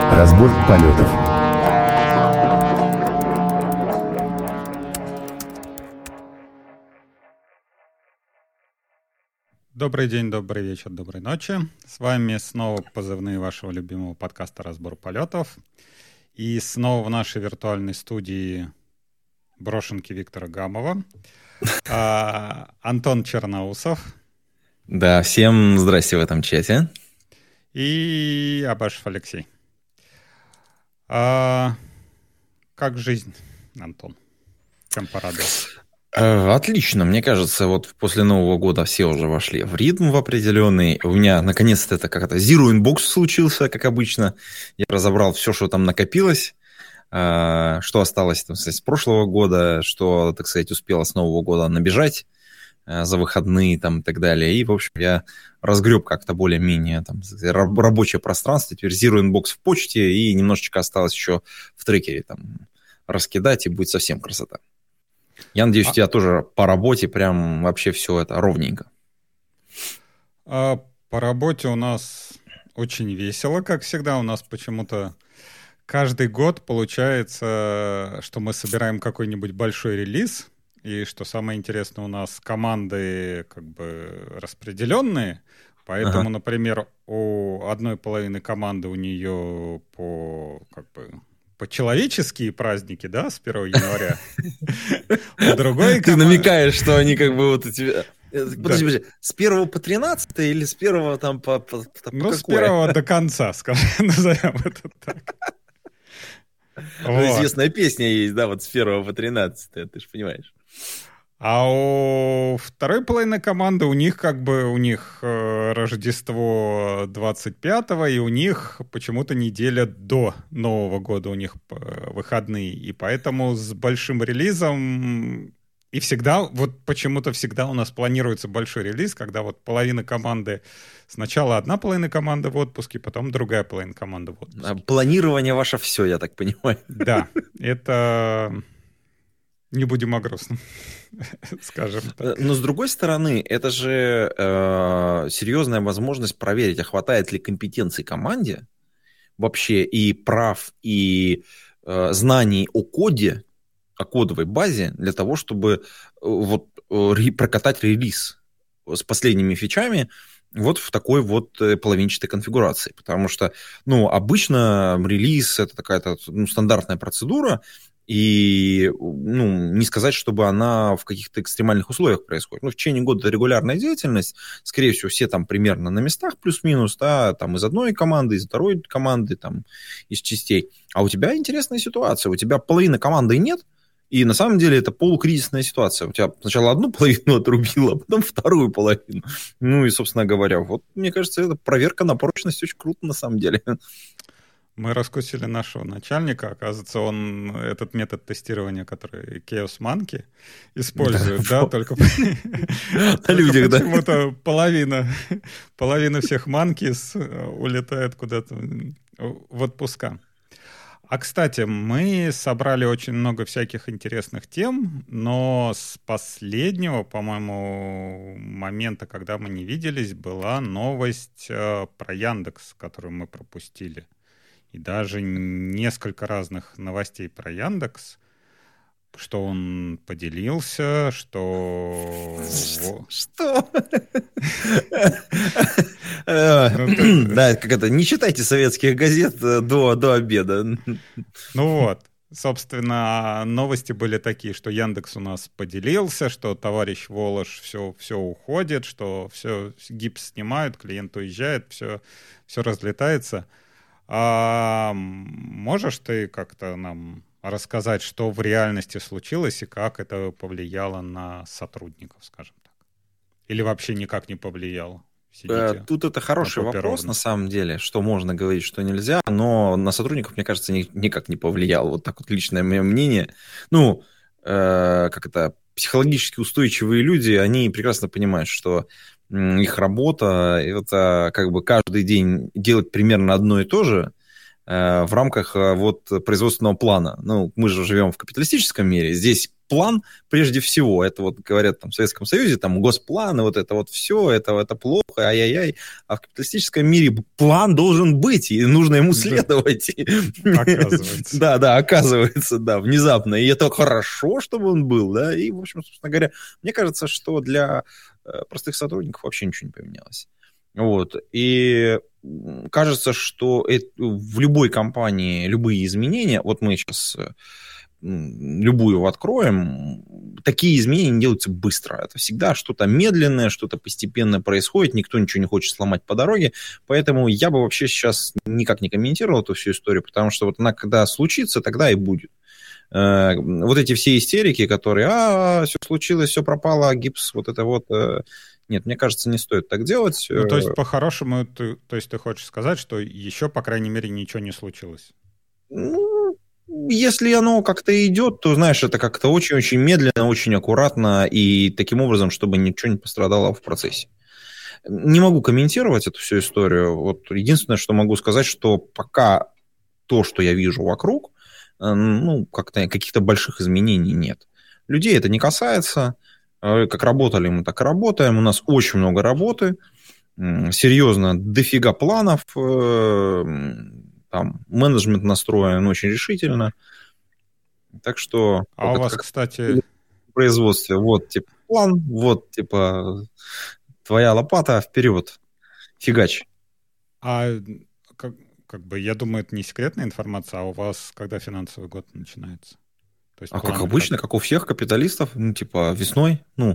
Разбор полетов. Добрый день, добрый вечер, доброй ночи. С вами снова позывные вашего любимого подкаста «Разбор полетов». И снова в нашей виртуальной студии брошенки Виктора Гамова, Антон Черноусов. Да, всем здрасте в этом чате. И Абашев Алексей. Как жизнь, Антон? Чем порадовал? Отлично, мне кажется, вот после Нового года все уже вошли в ритм в определенный. У меня наконец-то это как-то Zero Inbox случился, как обычно. Я разобрал все, что там накопилось, что осталось, так сказать, с прошлого года, что, так сказать, успело с Нового года набежать за выходные там, и так далее. И, в общем, я разгреб как-то более-менее там, рабочее пространство. Теперь Zero Inbox в почте, и немножечко осталось еще в трекере там раскидать, и будет совсем красота. Я надеюсь, у тебя тоже по работе прям вообще все это ровненько. По работе у нас очень весело, как всегда. У нас почему-то каждый год получается, что мы собираем какой-нибудь большой релиз, и что самое интересное, у нас команды как бы распределенные, поэтому, например, у одной половины команды у нее по человеческие праздники, да, с 1 января. У другой Ты намекаешь, что они как бы вот у тебя... Подожди, с 1 по 13 или с 1 там по ну, с 1 до конца, скажем, назовем это так. Известная песня есть, да, вот с 1 по 13, ты же понимаешь. А у второй половины команды у них Рождество 25-го, и у них почему-то неделя до Нового года у них выходные. И поэтому с большим релизом и всегда, вот почему-то всегда у нас планируется большой релиз, когда вот половина команды, сначала одна половина команды в отпуске, потом другая половина команды в отпуске. Планирование ваше все, я так понимаю. Да, это... Не будем о грустном, скажем так. Но с другой стороны, это же серьезная возможность проверить, а хватает ли компетенций команде вообще и прав, и знаний о коде, о кодовой базе для того, чтобы прокатать релиз с последними фичами вот в такой вот половинчатой конфигурации. Потому что, обычно релиз — это такая-то стандартная процедура, и, не сказать, чтобы она в каких-то экстремальных условиях происходит. В течение года это регулярная деятельность. Скорее всего, все там примерно на местах плюс-минус, да, там из одной команды, из второй команды, там, из частей. А у тебя интересная ситуация. У тебя половины команды нет, и на самом деле это полукризисная ситуация. У тебя сначала одну половину отрубило, а потом вторую половину. И, собственно говоря, вот, мне кажется, это проверка на прочность очень круто на самом деле. Мы раскусили нашего начальника. Оказывается, он этот метод тестирования, который Chaos Monkey использует, да, только на людях, да. Почему-то половина всех Monkeys улетает куда-то в отпуска. А, кстати, мы собрали очень много всяких интересных тем, но с последнего, по-моему, момента, когда мы не виделись, была новость про Яндекс, которую мы пропустили. И даже несколько разных новостей про Яндекс, что он поделился, что... Что? Да, как это, не читайте советских газет до обеда. Собственно, новости были такие, что Яндекс у нас поделился, что товарищ Волош все уходит, что все гипс снимают, клиент уезжает, все разлетается. А можешь ты как-то нам рассказать, что в реальности случилось и как это повлияло на сотрудников, скажем так? Или вообще никак не повлияло? Тут это хороший вопрос, на самом деле, что можно говорить, что нельзя, но на сотрудников, мне кажется, никак не повлияло. Вот так вот личное мое мнение. Психологически устойчивые люди, они прекрасно понимают, что их работа — это как бы каждый день делать примерно одно и то же в рамках вот производственного плана. Мы же живем в капиталистическом мире, здесь план прежде всего. Это вот говорят там в Советском Союзе, там госпланы, вот это вот все, это плохо, ай-яй-яй. А в капиталистическом мире план должен быть, и нужно ему следовать. Оказывается. Да, оказывается, да, внезапно. И это хорошо, чтобы он был, да. И, в общем, собственно говоря, мне кажется, что для простых сотрудников вообще ничего не поменялось. Вот. И кажется, что в любой компании любые изменения, вот мы сейчас любую откроем, такие изменения не делаются быстро. Это всегда что-то медленное, что-то постепенно происходит, никто ничего не хочет сломать по дороге, поэтому я бы вообще сейчас никак не комментировал эту всю историю, потому что вот она когда случится, тогда и будет. Вот эти все истерики, которые, все случилось, все пропало, гипс, вот это вот... Нет, мне кажется, не стоит так делать. Ну, то есть, по-хорошему, ты хочешь сказать, что еще, по крайней мере, ничего не случилось? Ну, если оно как-то идет, то, знаешь, это как-то очень-очень медленно, очень аккуратно, и таким образом, чтобы ничего не пострадало в процессе. Не могу комментировать эту всю историю. Вот единственное, что могу сказать, что пока то, что я вижу вокруг, ну, как-то каких-то больших изменений нет. Людей это не касается. Как работали мы, так и работаем. У нас очень много работы. Серьезно, дофига планов. Там менеджмент настроен очень решительно. Так что... А у вас, кстати... В производстве. Вот, типа, план, вот, типа, твоя лопата, вперед. Фигач. А как бы, я думаю, это не секретная информация, а у вас когда финансовый год начинается? То есть как обычно, как у всех капиталистов, ну, типа, весной, ну.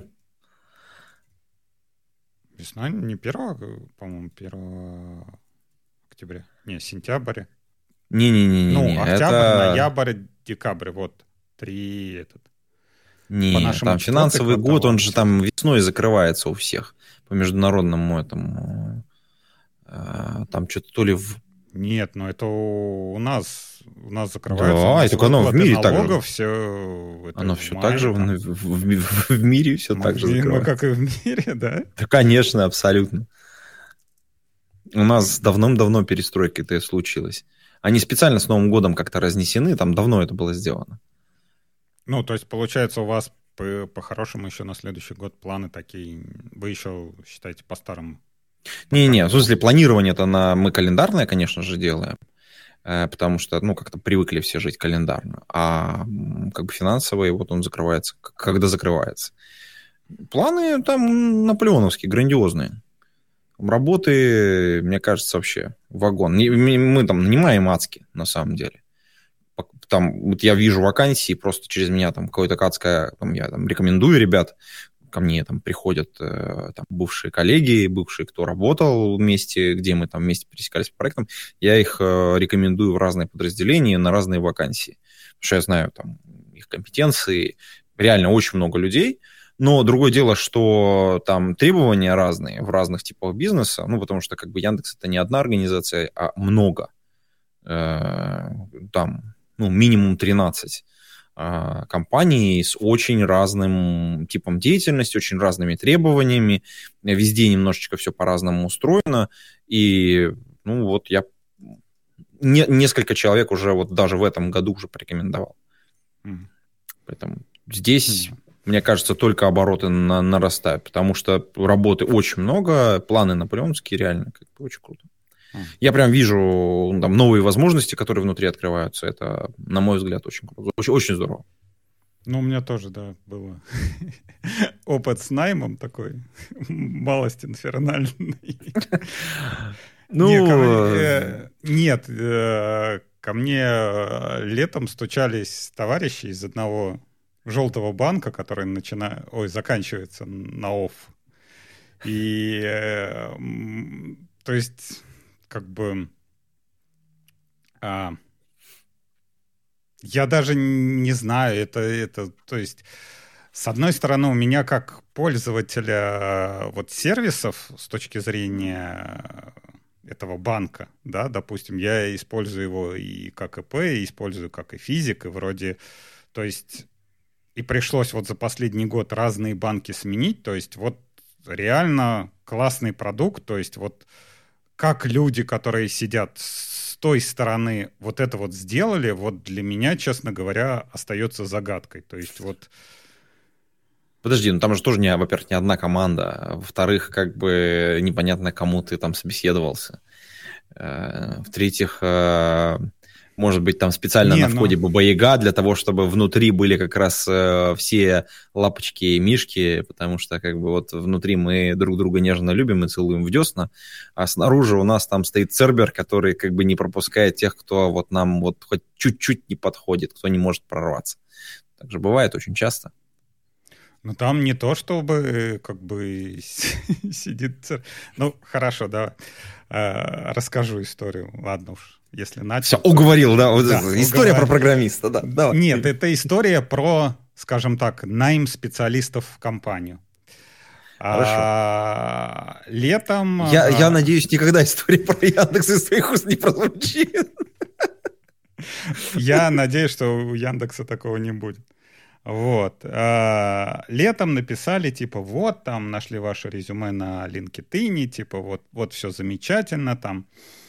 Весной, не 1, по-моему, 1 октября. Не, сентябрь. Не-не-не. Ну, октябрь, ноябрь, декабрь, вот. 3 Не, там финансовый год, он же там весной закрывается у всех. По международному этому. Там что-то то ли в... Нет, но это у нас закрывается. Да, и только оно в мире так же. Все, оно все так же в мире все так же закрывается. Мы как и в мире, да? Да, конечно, абсолютно. У нас давным-давно перестройка это случилась. Они специально с Новым годом как-то разнесены, там давно это было сделано. Ну, то есть, получается, у вас по-хорошему еще на следующий год планы такие, вы еще считаете по-старому? Не-не, в смысле, планирование-то мы календарное, конечно же, делаем, потому что, ну, как-то привыкли все жить календарно, а как бы финансовый, вот он закрывается, когда закрывается. Планы там наполеоновские, грандиозные. Работы, мне кажется, вообще вагон. Мы там нанимаем адски, на самом деле. Там, вот я вижу вакансии, просто через меня там какое-то адское, там, я там рекомендую ребят, ко мне там приходят там, бывшие коллеги, бывшие, кто работал вместе, где мы там вместе пересекались по проектам, я их рекомендую в разные подразделения на разные вакансии. Потому что я знаю там их компетенции, реально очень много людей. Но другое дело, что там требования разные в разных типах бизнеса, ну, потому что как бы Яндекс это не одна организация, а много. Там, ну, минимум 13 компаний с очень разным типом деятельности, очень разными требованиями. Везде немножечко все по-разному устроено. И, ну, вот я несколько человек уже вот даже в этом году уже порекомендовал. Поэтому здесь, мне кажется, только обороты нарастают, потому что работы очень много, планы наполеоновские реально как бы очень круто. Я прям вижу там новые возможности, которые внутри открываются. Это, на мой взгляд, очень круто. Очень, очень здорово. Ну, у меня тоже, да, было опыт с наймом такой, малость инфернальный. Нет, ко мне летом стучались товарищи из одного желтого банка, который заканчивается на ОФ. И, то есть, как бы... Я даже не знаю, это, то есть, с одной стороны, у меня как пользователя вот сервисов с точки зрения этого банка, да, допустим, я использую его и как ИП, и использую как и физик, и вроде, то есть, и пришлось вот за последний год разные банки сменить, то есть, вот реально классный продукт, то есть, вот как люди, которые сидят с той стороны вот это вот сделали, вот для меня, честно говоря, остается загадкой. То есть вот... Подожди, ну там же тоже, во-первых, не одна команда. Во-вторых, как бы непонятно, кому ты там собеседовался. В-третьих, может быть, там специально на входе Баба-Яга для того, чтобы внутри были как раз все лапочки и мишки, потому что как бы вот внутри мы друг друга нежно любим и целуем в десна, а снаружи у нас там стоит Цербер, который как бы не пропускает тех, кто вот нам вот хоть чуть-чуть не подходит, кто не может прорваться. Так же бывает очень часто. Ну, там не то, чтобы как бы сидит... Ну, хорошо, давай. Расскажу историю. Ладно уж, если начать. Все, уговорил, да? Вот да, история про программиста, да. Давай. Нет, это история про, скажем так, найм специалистов в компанию. Хорошо. Летом... Я надеюсь, никогда история про Яндекс из твоих уст не прозвучит. Я надеюсь, что у Яндекса такого не будет. Вот. Летом написали, типа, вот, там, нашли ваше резюме на LinkedIn, типа, вот все замечательно, там,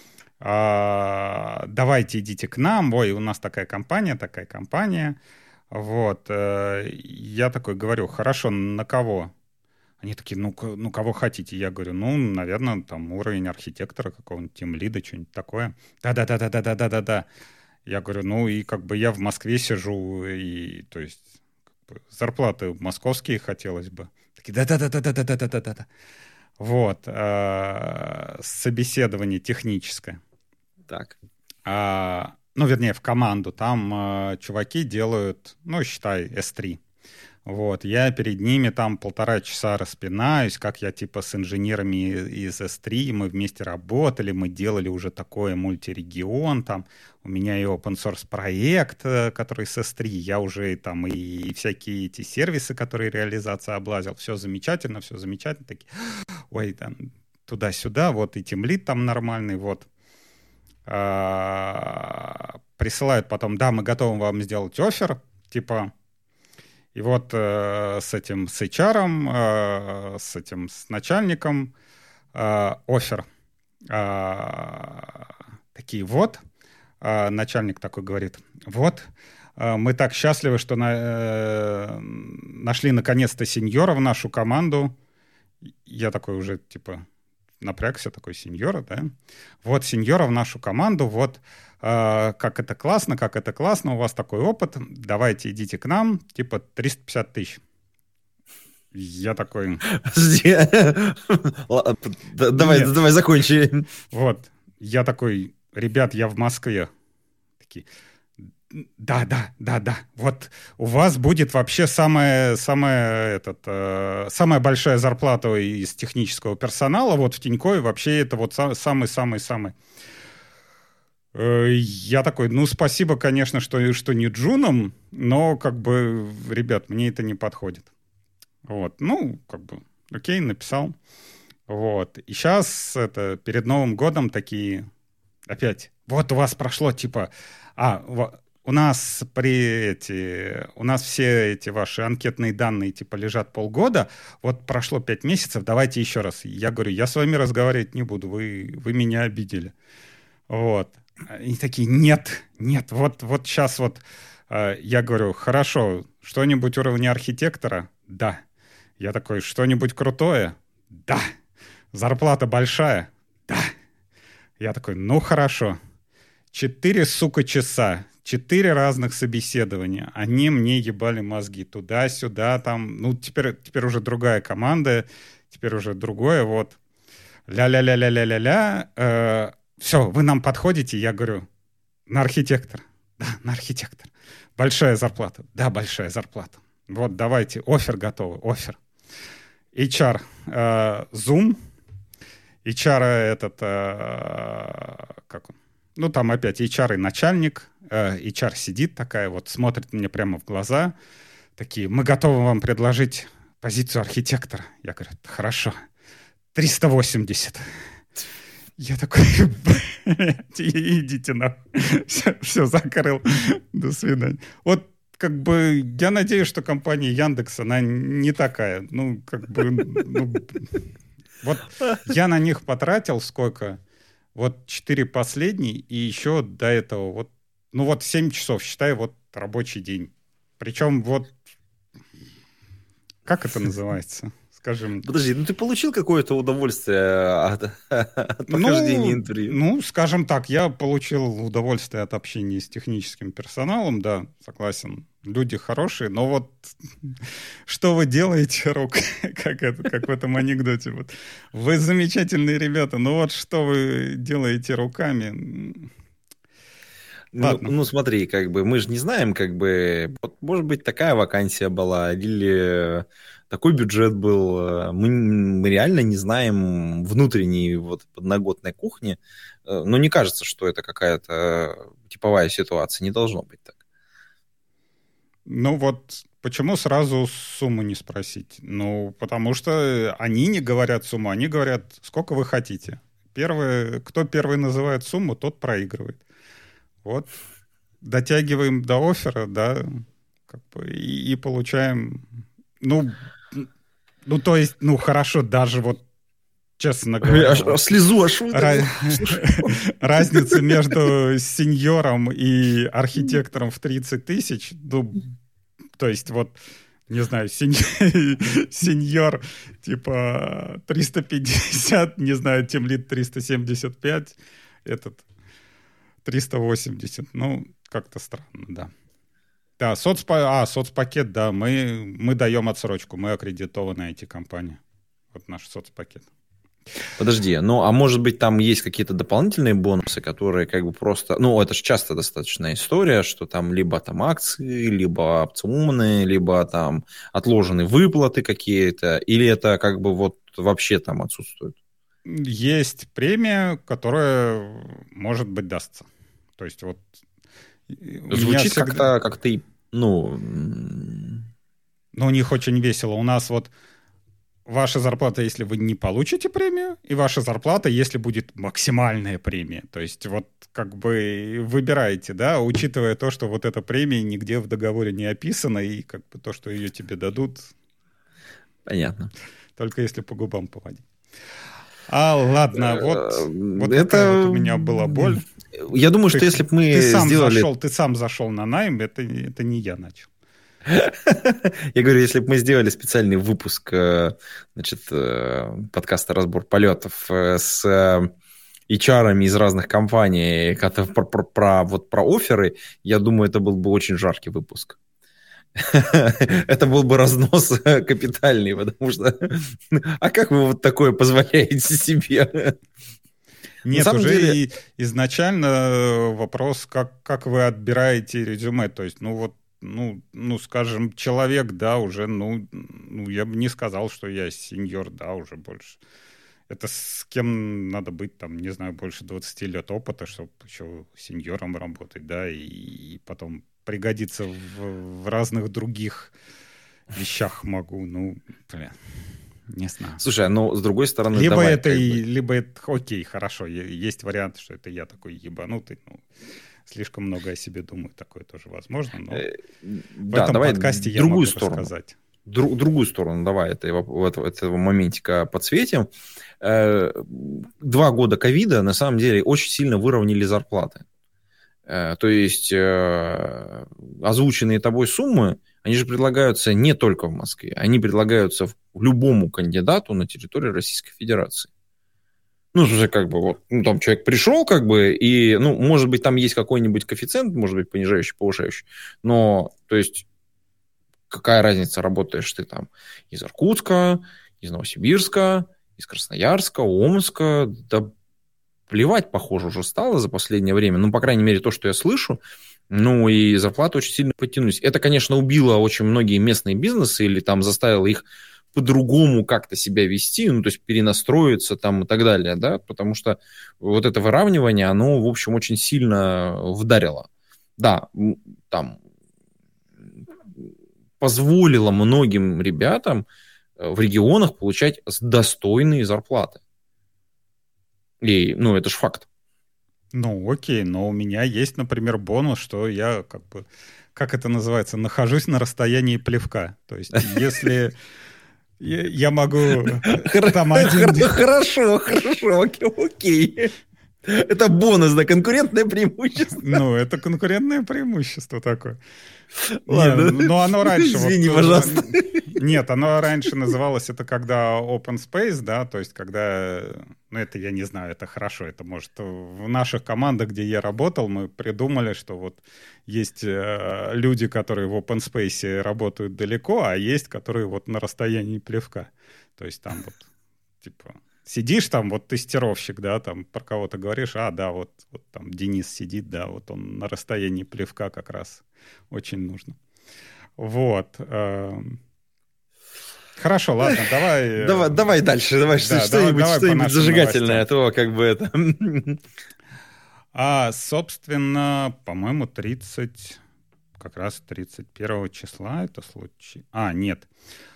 давайте идите к нам, ой, у нас такая компания, вот. Я такой говорю, хорошо, на кого? Они такие, ну, кого хотите? Я говорю, ну, наверное, там, уровень архитектора какого-нибудь, тимлида, что-нибудь такое. Да. Я говорю, ну, и как бы я в Москве сижу, и, то есть, зарплаты московские хотелось бы. Такие, да. Вот. Собеседование техническое. Так. Ну, вернее, в команду. Там чуваки делают, ну, считай, S3. Вот. Я перед ними там 1,5 часа распинаюсь, как я типа с инженерами из S3, мы вместе работали, мы делали уже такое мультирегион, там у меня и open-source проект, который с S3, я уже там и всякие эти сервисы, которые реализация облазил, все замечательно, такие, ой, там туда-сюда, вот и тимлид там нормальный, вот. Присылают потом, да, мы готовы вам сделать оффер, типа... И вот с HR, с начальником оффер. Такие вот. Начальник такой говорит, вот, мы так счастливы, что нашли наконец-то сеньора в нашу команду. Я такой уже, типа, напрягся, такой, сеньора, да? Вот сеньора в нашу команду, вот. Как это классно, у вас такой опыт, давайте идите к нам, типа 350 тысяч. Я такой... Давай закончи. Вот, я такой, ребят, я в Москве. Такие, да, вот у вас будет вообще самая большая зарплата из технического персонала, вот в Тинькове вообще это вот самый-самый-самый. Я такой, ну, спасибо, конечно, что не джуном, но, как бы, ребят, мне это не подходит. Вот, ну, как бы, окей, написал. Вот, и сейчас, перед Новым годом такие, опять, вот у вас прошло, типа, у нас все эти ваши анкетные данные, типа, лежат полгода, вот прошло 5 месяцев, давайте еще раз. Я говорю, я с вами разговаривать не буду, вы меня обидели. Вот. И такие, нет, вот сейчас вот я говорю, хорошо, что-нибудь уровня архитектора? Да. Я такой, что-нибудь крутое? Да. Зарплата большая? Да. Я такой, ну хорошо. 4, часа, 4 разных собеседования. Они мне ебали мозги туда-сюда, там, ну теперь уже другая команда, теперь уже другое, вот. Ля-ля-ля-ля-ля-ля-ля. Все, вы нам подходите, я говорю, на архитектор. Да, на архитектор. Большая зарплата. Да, большая зарплата. Вот, давайте, оффер готовый, оффер. HR, Zoom. HR как он? Ну, там опять HR и начальник. HR сидит такая, вот, смотрит мне прямо в глаза. Такие, мы готовы вам предложить позицию архитектора. Я говорю, хорошо. 380. Я такой, идите нахуй. Все, закрыл. До свидания. Вот, как бы, я надеюсь, что компания Яндекс, она не такая. Ну, как бы, вот я на них потратил сколько? Вот 4 последний, и еще до этого вот, ну вот 7 часов, считай, вот рабочий день. Причем вот, как это называется? Скажем. Подожди, ну ты получил какое-то удовольствие от прохождения интервью? Ну, скажем так, я получил удовольствие от общения с техническим персоналом, да, согласен. Люди хорошие, но вот что вы делаете, как в этом анекдоте. Вот. Вы замечательные ребята, но вот что вы делаете руками... Ну, смотри, как бы мы же не знаем, как бы, вот, может быть, такая вакансия была, или такой бюджет был. Мы реально не знаем внутренней вот подноготной кухни, но не кажется, что это какая-то типовая ситуация, не должно быть так. Ну вот почему сразу сумму не спросить? Ну, потому что они не говорят сумму, они говорят, сколько вы хотите. Кто первый называет сумму, тот проигрывает. Вот, дотягиваем до оффера, да, как бы, и получаем, ну, то есть, ну, хорошо, даже вот, честно говоря... Слезу аж разница между сеньором и архитектором в 30 тысяч, ну, то есть, вот, не знаю, сеньор, типа, 350, не знаю, тимлид 375, этот... 380, ну, как-то странно, да. Да, соцпакет, да, мы даем отсрочку, мы аккредитованная IT-компания. Вот наш соцпакет. Подожди, ну, а может быть, там есть какие-то дополнительные бонусы, которые как бы просто... Ну, это же часто достаточная история, что там либо там акции, либо опционы, либо там отложенные выплаты какие-то, или это как бы вот вообще там отсутствует? Есть премия, которая, может быть, дастся. То есть вот... Звучит всегда... как-то, ну... Ну, у них очень весело. У нас вот ваша зарплата, если вы не получите премию, и ваша зарплата, если будет максимальная премия. То есть вот как бы выбираете, да, учитывая то, что вот эта премия нигде в договоре не описана, и как бы то, что ее тебе дадут... Понятно. Только если по губам поводить. Ладно, вот это... такая вот у меня была боль. Я думаю, что если бы мы сделали... Ты сам зашел на найм, это не я начал. Я говорю, если бы мы сделали специальный выпуск, значит, подкаста «Разбор полетов» с HR-ами из разных компаний про офферы, я думаю, это был бы очень жаркий выпуск. Это был бы разнос капитальный, потому что... А как вы вот такое позволяете себе? Нет, уже изначально вопрос, как вы отбираете резюме. То есть, ну вот, ну, скажем, человек, да, уже, ну, я бы не сказал, что я сеньор, да, уже больше. Это с кем надо быть, там, не знаю, больше 20 лет опыта, чтобы еще сеньором работать, да, и потом пригодиться в разных других вещах могу, ну, блин. Не знаю. Слушай, но с другой стороны... Либо это, окей, хорошо, есть вариант, что это я такой ебанутый, ну, слишком много о себе думаю, такое тоже возможно, но в этом подкасте я могу рассказать. Другую сторону давай этого моментика подсветим. 2 года ковида на самом деле очень сильно выровняли зарплаты. То есть озвученные тобой суммы, они же предлагаются не только в Москве, они предлагаются любому кандидату на территории Российской Федерации. Ну, слушай, как бы вот, ну, там человек пришел, как бы, и, ну, может быть, там есть какой-нибудь коэффициент, может быть, понижающий, повышающий, но, то есть, какая разница, работаешь ты там из Иркутска, из Новосибирска, из Красноярска, Омска, да плевать, похоже, уже стало за последнее время, ну, по крайней мере, то, что я слышу, ну, и зарплаты очень сильно подтянулись. Это, конечно, убило очень многие местные бизнесы или там заставило их по-другому как-то себя вести, ну, то есть перенастроиться там и так далее, да, потому что вот это выравнивание, оно, в общем, очень сильно вдарило. Да, там позволило многим ребятам в регионах получать достойные зарплаты. И, ну, это ж факт. Ну, окей, но у меня есть, например, бонус, что я, как бы, как это называется, нахожусь на расстоянии плевка. То есть, если я могу... Хорошо, окей. Это бонус, да, конкурентное преимущество. Ну, это конкурентное преимущество такое. Ладно. Но оно раньше... Извини, пожалуйста. Нет, оно раньше называлось, это когда open space, да, то есть когда... Ну, это я не знаю, это хорошо, это может... В наших командах, где я работал, мы придумали, что вот есть люди, которые в open space работают далеко, а есть, которые вот на расстоянии плевка. То есть там вот, типа... Сидишь там, вот тестировщик, да, там про кого-то говоришь, да, вот там Денис сидит, да, вот он на расстоянии плевка как раз очень нужно. Вот. Хорошо, ладно, давай... Давай дальше, давай что-нибудь зажигательное, а то как бы это... Собственно, по-моему, как раз 31 числа это случай. Нет.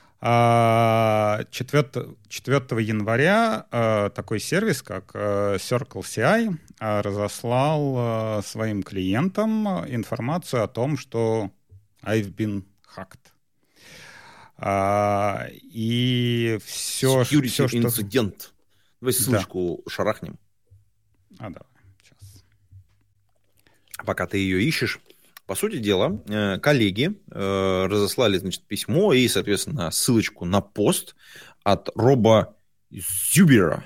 4 января такой сервис, как Circle CI, разослал своим клиентам информацию о том, что I've been hacked. И все, что... инцидент. Давай ссылочку шарахнем. Давай, сейчас. Пока ты ее ищешь. По сути дела, коллеги разослали, значит, письмо и, соответственно, ссылочку на пост от Роба Зюбер,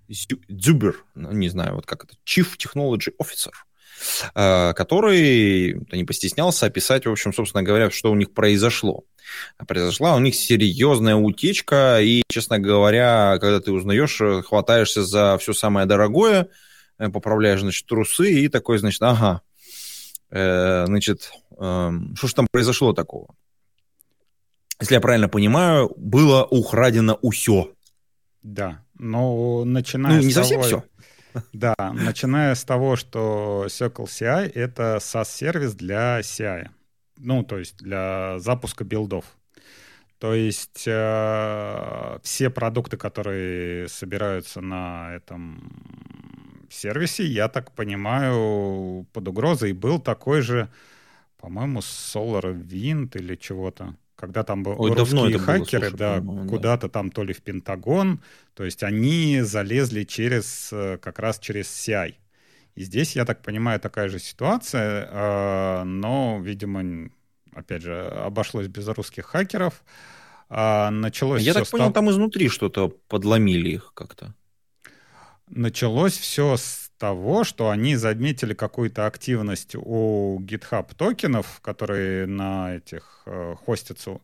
не знаю, вот как это, Chief Technology Officer, который не постеснялся описать, в общем, собственно говоря, что у них произошло. Произошла у них серьезная утечка, и, честно говоря, когда ты узнаешь, хватаешься за все самое дорогое, поправляешь, значит, трусы и такой, значит, значит, что же там произошло такого? Если я правильно понимаю, было украдено усё. Да, но начиная не совсем все. Да, начиная с того, что Circle CI — это SaaS-сервис для CI. Ну, то есть для запуска билдов. То есть все продукты, которые собираются на этом сервисе, я так понимаю, под угрозой. Был такой же, по-моему, SolarWind или чего-то. Когда там русские хакеры, куда-то там то ли в Пентагон, то есть они залезли как раз через CI. И здесь, я так понимаю, такая же ситуация, но, видимо, опять же, обошлось без русских хакеров. Началось я так понял, там изнутри что-то подломили их как-то. Началось все с того, что они заметили какую-то активность у GitHub токенов, которые на этих хостятся.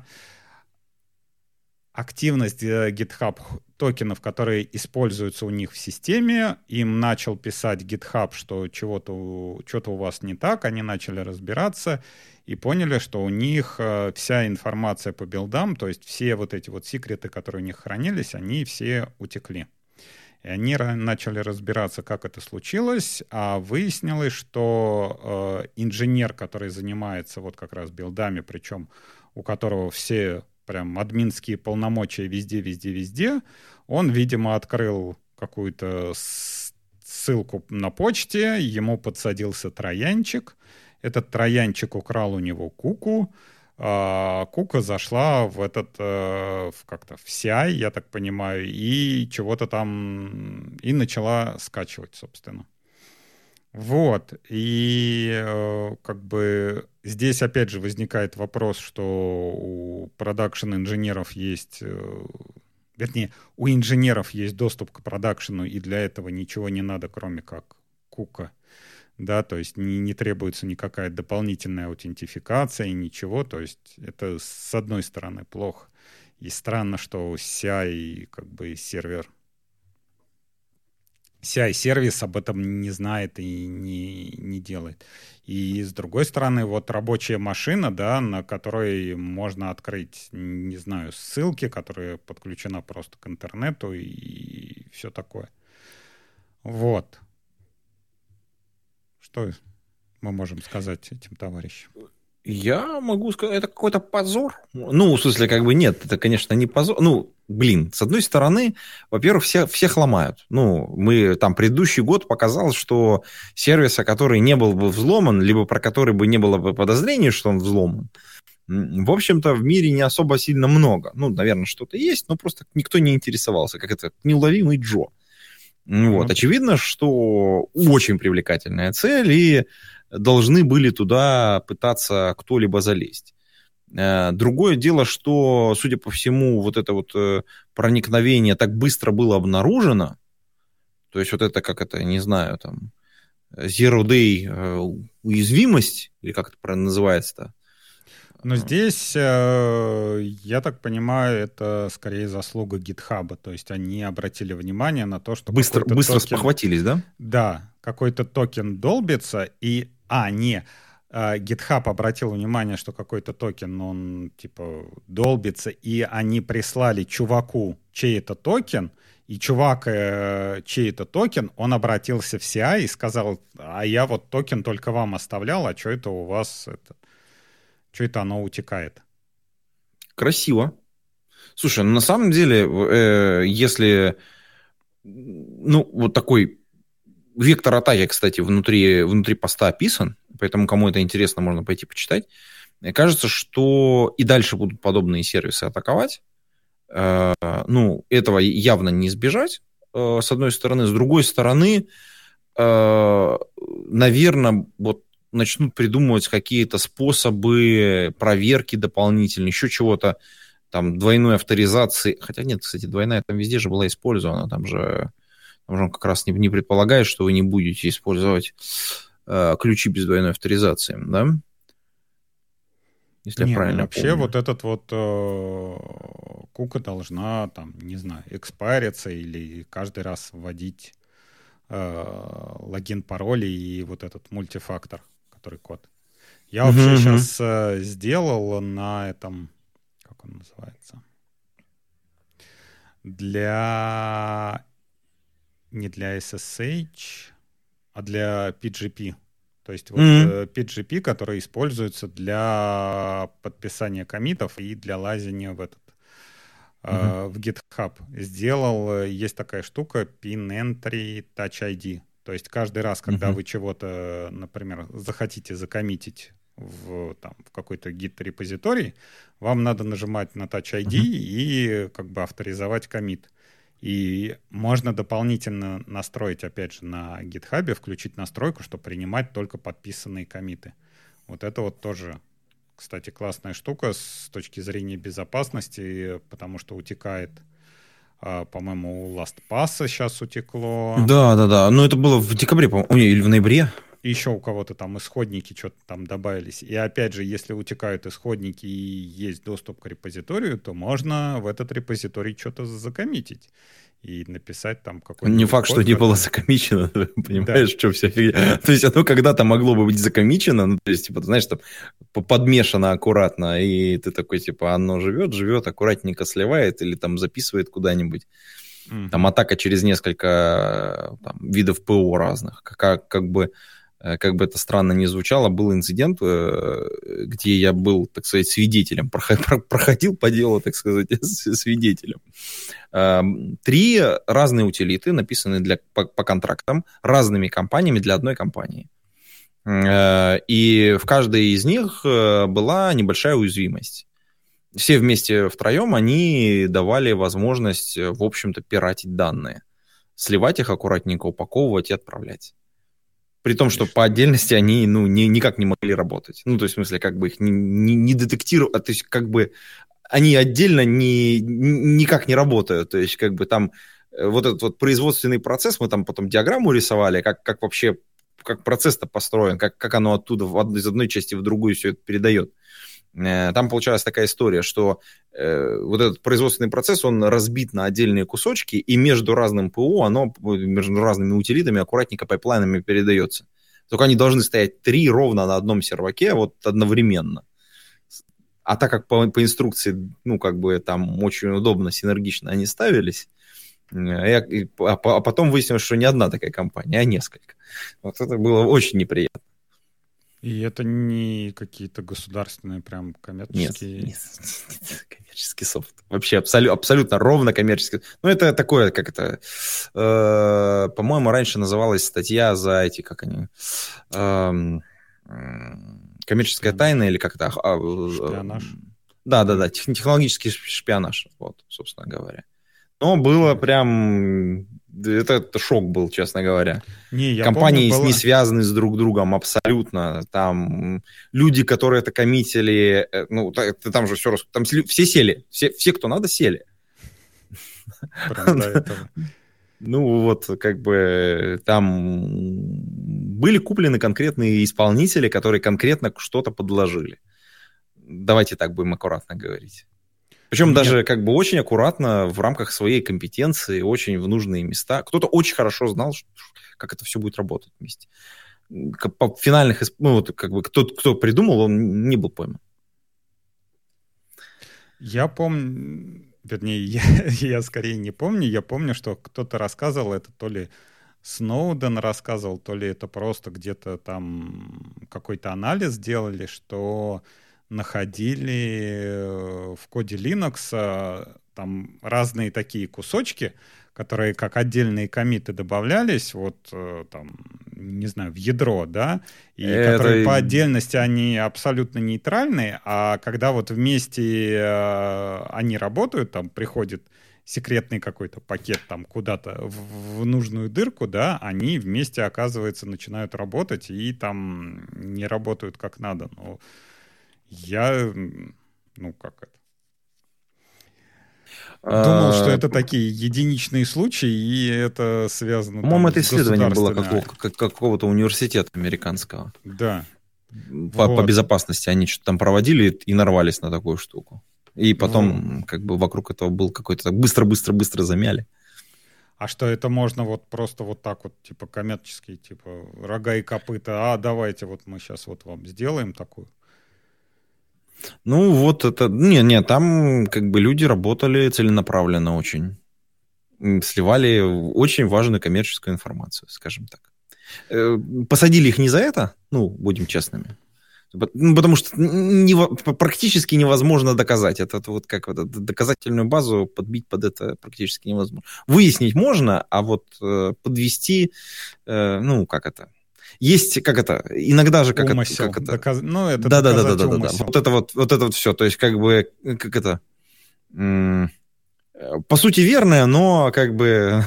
Активность GitHub токенов, которые используются у них в системе. Им начал писать GitHub, что что-то у вас не так. Они начали разбираться и поняли, что у них вся информация по билдам, то есть все вот эти вот секреты, которые у них хранились, они все утекли. И они начали разбираться, как это случилось, а выяснилось, что инженер, который занимается вот как раз билдами, причем у которого все прям админские полномочия везде, он, видимо, открыл какую-то ссылку на почте, ему подсадился троянчик, этот троянчик украл у него куку, Кука зашла в в CI, я так понимаю, и чего-то там, и начала скачивать, собственно. Вот, и как бы здесь опять же возникает вопрос, что у продакшн-инженеров есть, вернее, у инженеров есть доступ к продакшену, и для этого ничего не надо, кроме как кука. Да, то есть не требуется никакая дополнительная аутентификация, ничего. То есть это, с одной стороны, плохо. И странно, что CI, как бы, CI-сервис об этом не знает и не делает. И, с другой стороны, вот рабочая машина, да, на которой можно открыть, не знаю, ссылки, которая подключена просто к интернету и все такое. Вот. Что мы можем сказать этим товарищам? Я могу сказать, это какой-то позор. Ну, в смысле, как бы нет, это, конечно, не позор. Ну, блин, с одной стороны, во-первых, всех ломают. Ну, там предыдущий год показал, что сервиса, который не был бы взломан, либо про который бы не было бы подозрения, что он взломан, в общем-то, в мире не особо сильно много. Ну, наверное, что-то есть, но просто никто не интересовался, как это, неуловимый Джо. Вот. Очевидно, что очень привлекательная цель, и должны были туда пытаться кто-либо залезть. Другое дело, что, судя по всему, вот это вот проникновение так быстро было обнаружено, то есть вот это, как это, не знаю, там, Zero Day уязвимость, или как это правильно называется-то? Но здесь, я так понимаю, это скорее заслуга GitHub. То есть они обратили внимание на то, что быстро спохватились, да? Да, какой-то токен долбится, и... GitHub обратил внимание, что какой-то токен, он типа долбится, и они прислали чуваку чей-то токен, и чувак чей-то токен, он обратился в CI и сказал, а я вот токен только вам оставлял, а что это у вас... Что это оно утекает? Красиво. Слушай, ну на самом деле, если... Ну, вот такой вектор атаки, кстати, внутри поста описан, поэтому кому это интересно, можно пойти почитать. Кажется, что и дальше будут подобные сервисы атаковать. Ну, этого явно не избежать, с одной стороны. С другой стороны, наверное, вот начнут придумывать какие-то способы проверки дополнительные, еще чего-то, там, двойной авторизации. Хотя нет, кстати, двойная там везде же была использована. Там же он как раз не предполагает, что вы не будете использовать ключи без двойной авторизации, да? Если я правильно вообще помню. вот этот вот кука должна, там, не знаю, экспариться или каждый раз вводить логин, пароль и вот этот мультифактор, который код. Я вообще сейчас сделал на этом, как он называется, не для SSH, а для PGP. То есть вот PGP, который используется для подписания коммитов и для лазения в в GitHub. Сделал, есть такая штука, Pin Entry Touch ID. То есть каждый раз, когда вы чего-то, например, захотите закоммитить в какой-то Git-репозиторий, вам надо нажимать на Touch ID и как бы авторизовать коммит. И можно дополнительно настроить, опять же, на GitHub, включить настройку, что принимать только подписанные коммиты. Вот это вот тоже, кстати, классная штука с точки зрения безопасности, потому что утекает, по-моему, у LastPass сейчас утекло. Да. Но это было в декабре, по-моему, или в ноябре. И еще у кого-то там исходники что-то там добавились. И опять же, если утекают исходники и есть доступ к репозиторию, то можно в этот репозиторий что-то закоммитить и написать там какой-то... Не факт, что не было закоммичено, понимаешь, что вся фигня. То есть оно когда-то могло бы быть закоммичено, ну, то есть, типа, ты знаешь, там подмешано аккуратно, и ты такой, типа, оно живет, аккуратненько сливает или там записывает куда-нибудь. Там атака через несколько видов ПО разных. Как бы это странно ни звучало, был инцидент, где я был, так сказать, свидетелем, проходил по делу, так сказать, свидетелем. 3 разные утилиты, написанные по контрактам, разными компаниями для одной компании. И в каждой из них была небольшая уязвимость. Все вместе втроем они давали возможность, в общем-то, пиратить данные, сливать их аккуратненько, упаковывать и отправлять. При том, что по отдельности они никак не могли работать. Ну, то есть, в смысле, как бы их не детектировать, то есть, как бы они отдельно никак не работают. То есть, как бы там вот этот вот производственный процесс, мы там потом диаграмму рисовали, как вообще, как процесс-то построен, как оно оттуда из одной части в другую все это передает. Там получалась такая история, что вот этот производственный процесс, он разбит на отдельные кусочки, и между разным ПО, между разными утилитами аккуратненько пайплайнами передается. Только они должны стоять 3 ровно на одном серваке, вот одновременно. А так как по инструкции, ну, как бы там очень удобно, синергично они ставились, а потом выяснилось, что не одна такая компания, а несколько. Вот это было очень неприятно. И это не какие-то государственные прям коммерческие... Нет, коммерческий софт. Вообще абсолютно ровно коммерческий. Ну, это такое, как это... по-моему, раньше называлась статья за эти, как они... коммерческая тайна или как это... Шпионаж. Да, технологический шпионаж, вот, собственно говоря. Но было прям это шок был, честно говоря. Не, я Компании помню, не связаны с друг другом абсолютно. Там люди, которые это коммитили, ну, там же все, там все сели, все, кто надо, сели. Прям до этого. Ну, вот, как бы, там были куплены конкретные исполнители, которые конкретно что-то подложили. Давайте так будем аккуратно говорить. Причем даже, как бы, очень аккуратно в рамках своей компетенции, очень в нужные места. Кто-то очень хорошо знал, как это все будет работать вместе. По финальных, ну, вот, как бы, кто придумал, он не был пойман. Я помню... Вернее, я скорее не помню. Я помню, что кто-то рассказывал, это то ли Сноуден рассказывал, то ли это просто где-то там какой-то анализ делали, что находили в коде Linux там разные такие кусочки, которые как отдельные коммиты добавлялись, вот там, не знаю, в ядро, да, и которые по отдельности они абсолютно нейтральные, а когда вот вместе они работают, там приходит секретный какой-то пакет там куда-то в нужную дырку, да, они вместе, оказывается, начинают работать и там не работают как надо. Но я, ну как это, думал, что это такие единичные случаи, и это связано По-моему, там, это с исследование было государственной... какого-то университета американского. Да. По безопасности они что-то там проводили и нарвались на такую штуку. И потом как бы вокруг этого был какой-то... Быстро замяли. А что, это можно вот просто вот так вот, типа коммерческий, типа рога и копыта, давайте вот мы сейчас вот вам сделаем такую? Ну, вот это... Не, там как бы люди работали целенаправленно очень. Сливали очень важную коммерческую информацию, скажем так. Посадили их не за это, ну, будем честными. Потому что практически невозможно доказать. Это вот как вот, доказательную базу подбить под это практически невозможно. Выяснить можно, а вот подвести, ну, как это... Есть, как это, иногда же, как умысел. это... Ну, это да. умысел. Вот это вот все. То есть, как бы, как это... По сути, верное, но, как бы,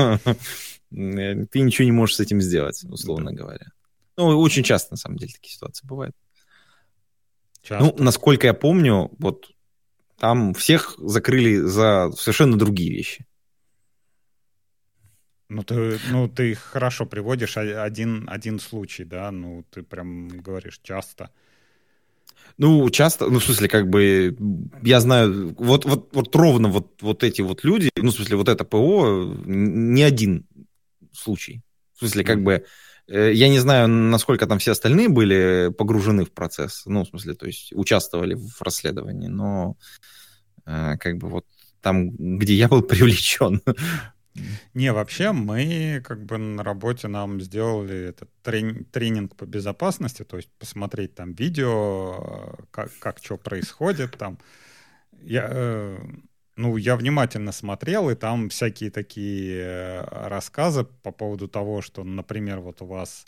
ты ничего не можешь с этим сделать, условно говоря. Ну, очень часто, на самом деле, такие ситуации бывают. Часто. Ну, насколько я помню, вот там всех закрыли за совершенно другие вещи. Ну, ты хорошо приводишь один случай, да? Ну, ты прям говоришь часто. Ну, часто, ну, в смысле, как бы, я знаю, вот ровно вот эти вот люди, ну, в смысле, вот это ПО, не один случай. В смысле, как бы, я не знаю, насколько там все остальные были погружены в процесс, ну, в смысле, то есть участвовали в расследовании, но как бы вот там, где я был привлечен. Не, вообще мы как бы на работе нам сделали этот тренинг по безопасности, то есть посмотреть там видео, как что происходит там. Я внимательно смотрел, и там всякие такие рассказы по поводу того, что, например, вот у вас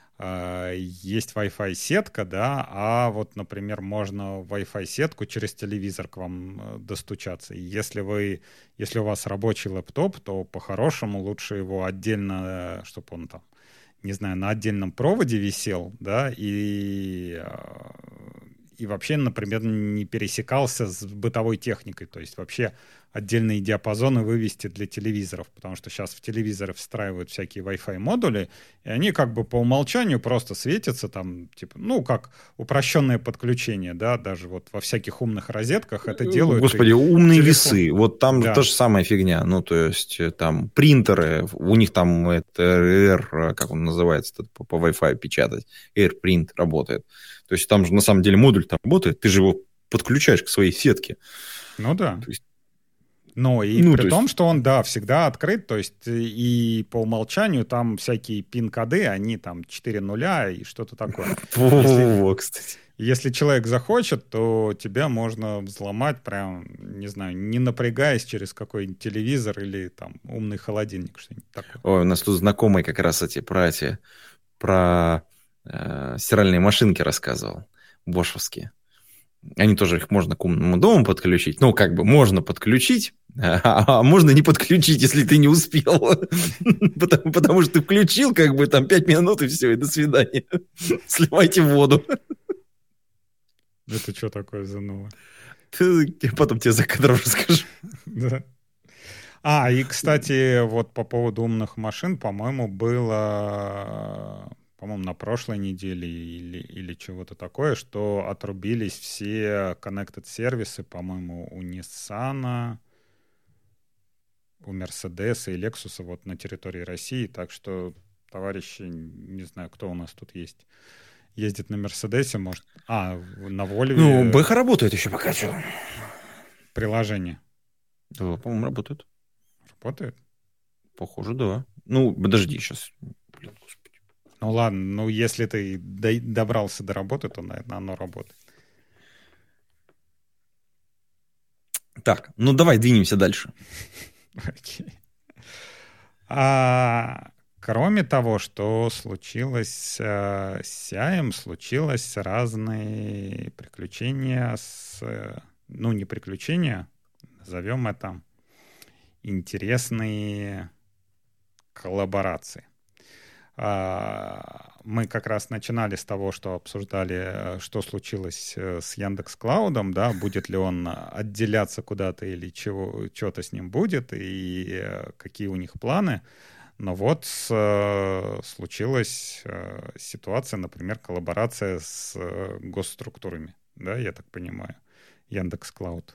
есть Wi-Fi сетка, да, а вот, например, можно Wi-Fi сетку через телевизор к вам достучаться. И если у вас рабочий лэптоп, то по-хорошему лучше его отдельно, чтобы он там, не знаю, на отдельном проводе висел, да, и вообще, например, не пересекался с бытовой техникой, то есть вообще отдельные диапазоны вывести для телевизоров, потому что сейчас в телевизоры встраивают всякие Wi-Fi модули, и они как бы по умолчанию просто светятся там, типа, ну, как упрощенное подключение, да, даже вот во всяких умных розетках это делают. Господи, умные весы, вот там та же самая фигня, ну, то есть там принтеры, у них там это как он называется, по Wi-Fi печатать, AirPrint работает. То есть там же на самом деле модуль там работает, ты же его подключаешь к своей сетке. Ну да. То есть, при том, что он, да, всегда открыт, то есть и по умолчанию там всякие пин-коды, они там 4 нуля и что-то такое. Кстати. Если человек захочет, то тебя можно взломать прям, не знаю, не напрягаясь через какой-нибудь телевизор или там умный холодильник, что-нибудь такое. Ой, у нас тут знакомый как раз про стиральные машинки рассказывал, бошевские. Они тоже их можно к умному дому подключить. Ну, как бы можно подключить, а можно не подключить, если ты не успел. Потому что ты включил, как бы там 5 минут, и все, и до свидания. Сливайте воду. Это что такое за новое? Потом тебе за кадром расскажу. Да. И, кстати, вот по поводу умных машин, по-моему, было, по-моему, на прошлой неделе или чего-то такое, что отрубились все connected сервисы, по-моему, у Nissan, у Mercedes и Lexus вот на территории России. Так что, товарищи, не знаю, кто у нас тут есть, ездит на Мерседесе, может... на Вольве... Ну, Бэха работает еще пока что. Приложение. Да, по-моему, работает. Работает? Похоже, да. Ну, подожди, сейчас. Блин, господи. Ну ладно, ну если ты добрался до работы, то, наверное, оно работает. Так, ну давай двинемся дальше. Окей. Кроме того, что случилось с Сяем, случилось разные приключения ну, не приключения, назовем это интересные коллаборации. Мы как раз начинали с того, что обсуждали, что случилось с Яндекс.Клаудом, да, будет ли он отделяться куда-то или что-то с ним будет, и какие у них планы. Но вот случилась ситуация, например, коллаборация с госструктурами, да, я так понимаю, Яндекс.Клауд.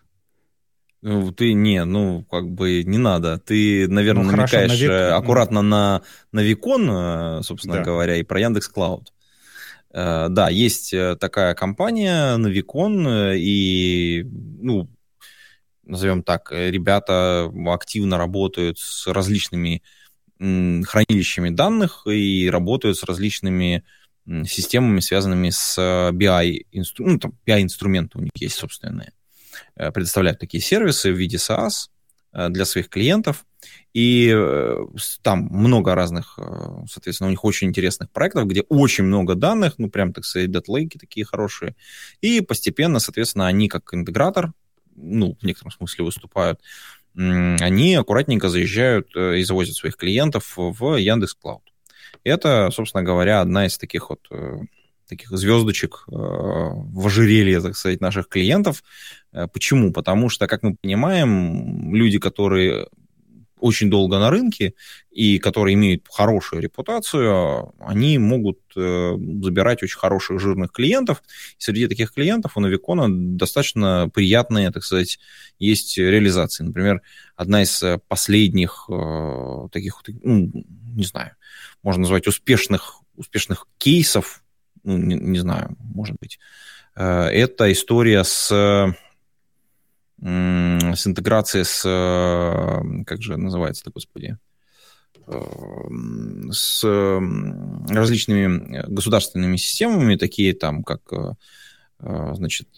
Как бы не надо. Ты, наверное, намекаешь аккуратно на Викон, собственно говоря, и про Яндекс.Клауд. Да, есть такая компания Навикон, и, ну, назовем так, ребята активно работают с различными хранилищами данных и работают с различными системами, связанными с BI-инструменты у них есть собственные. Предоставляют такие сервисы в виде SaaS для своих клиентов. И там много разных, соответственно, у них очень интересных проектов, где очень много данных, ну, прям, так сказать, дата-лейки такие хорошие. И постепенно, соответственно, они как интегратор, ну, в некотором смысле выступают, они аккуратненько заезжают и завозят своих клиентов в Яндекс.Клауд. Это, собственно говоря, одна из таких звездочек в ожерелье, так сказать, наших клиентов. Почему? Потому что, как мы понимаем, люди, которые очень долго на рынке и которые имеют хорошую репутацию, они могут забирать очень хороших жирных клиентов. И среди таких клиентов у Навикона достаточно приятные, так сказать, есть реализации. Например, одна из последних таких, ну, не знаю, можно назвать успешных кейсов, ну, не знаю, может быть, это история с интеграцией с, как же называется-то, господи, с различными государственными системами, такие там, как, значит,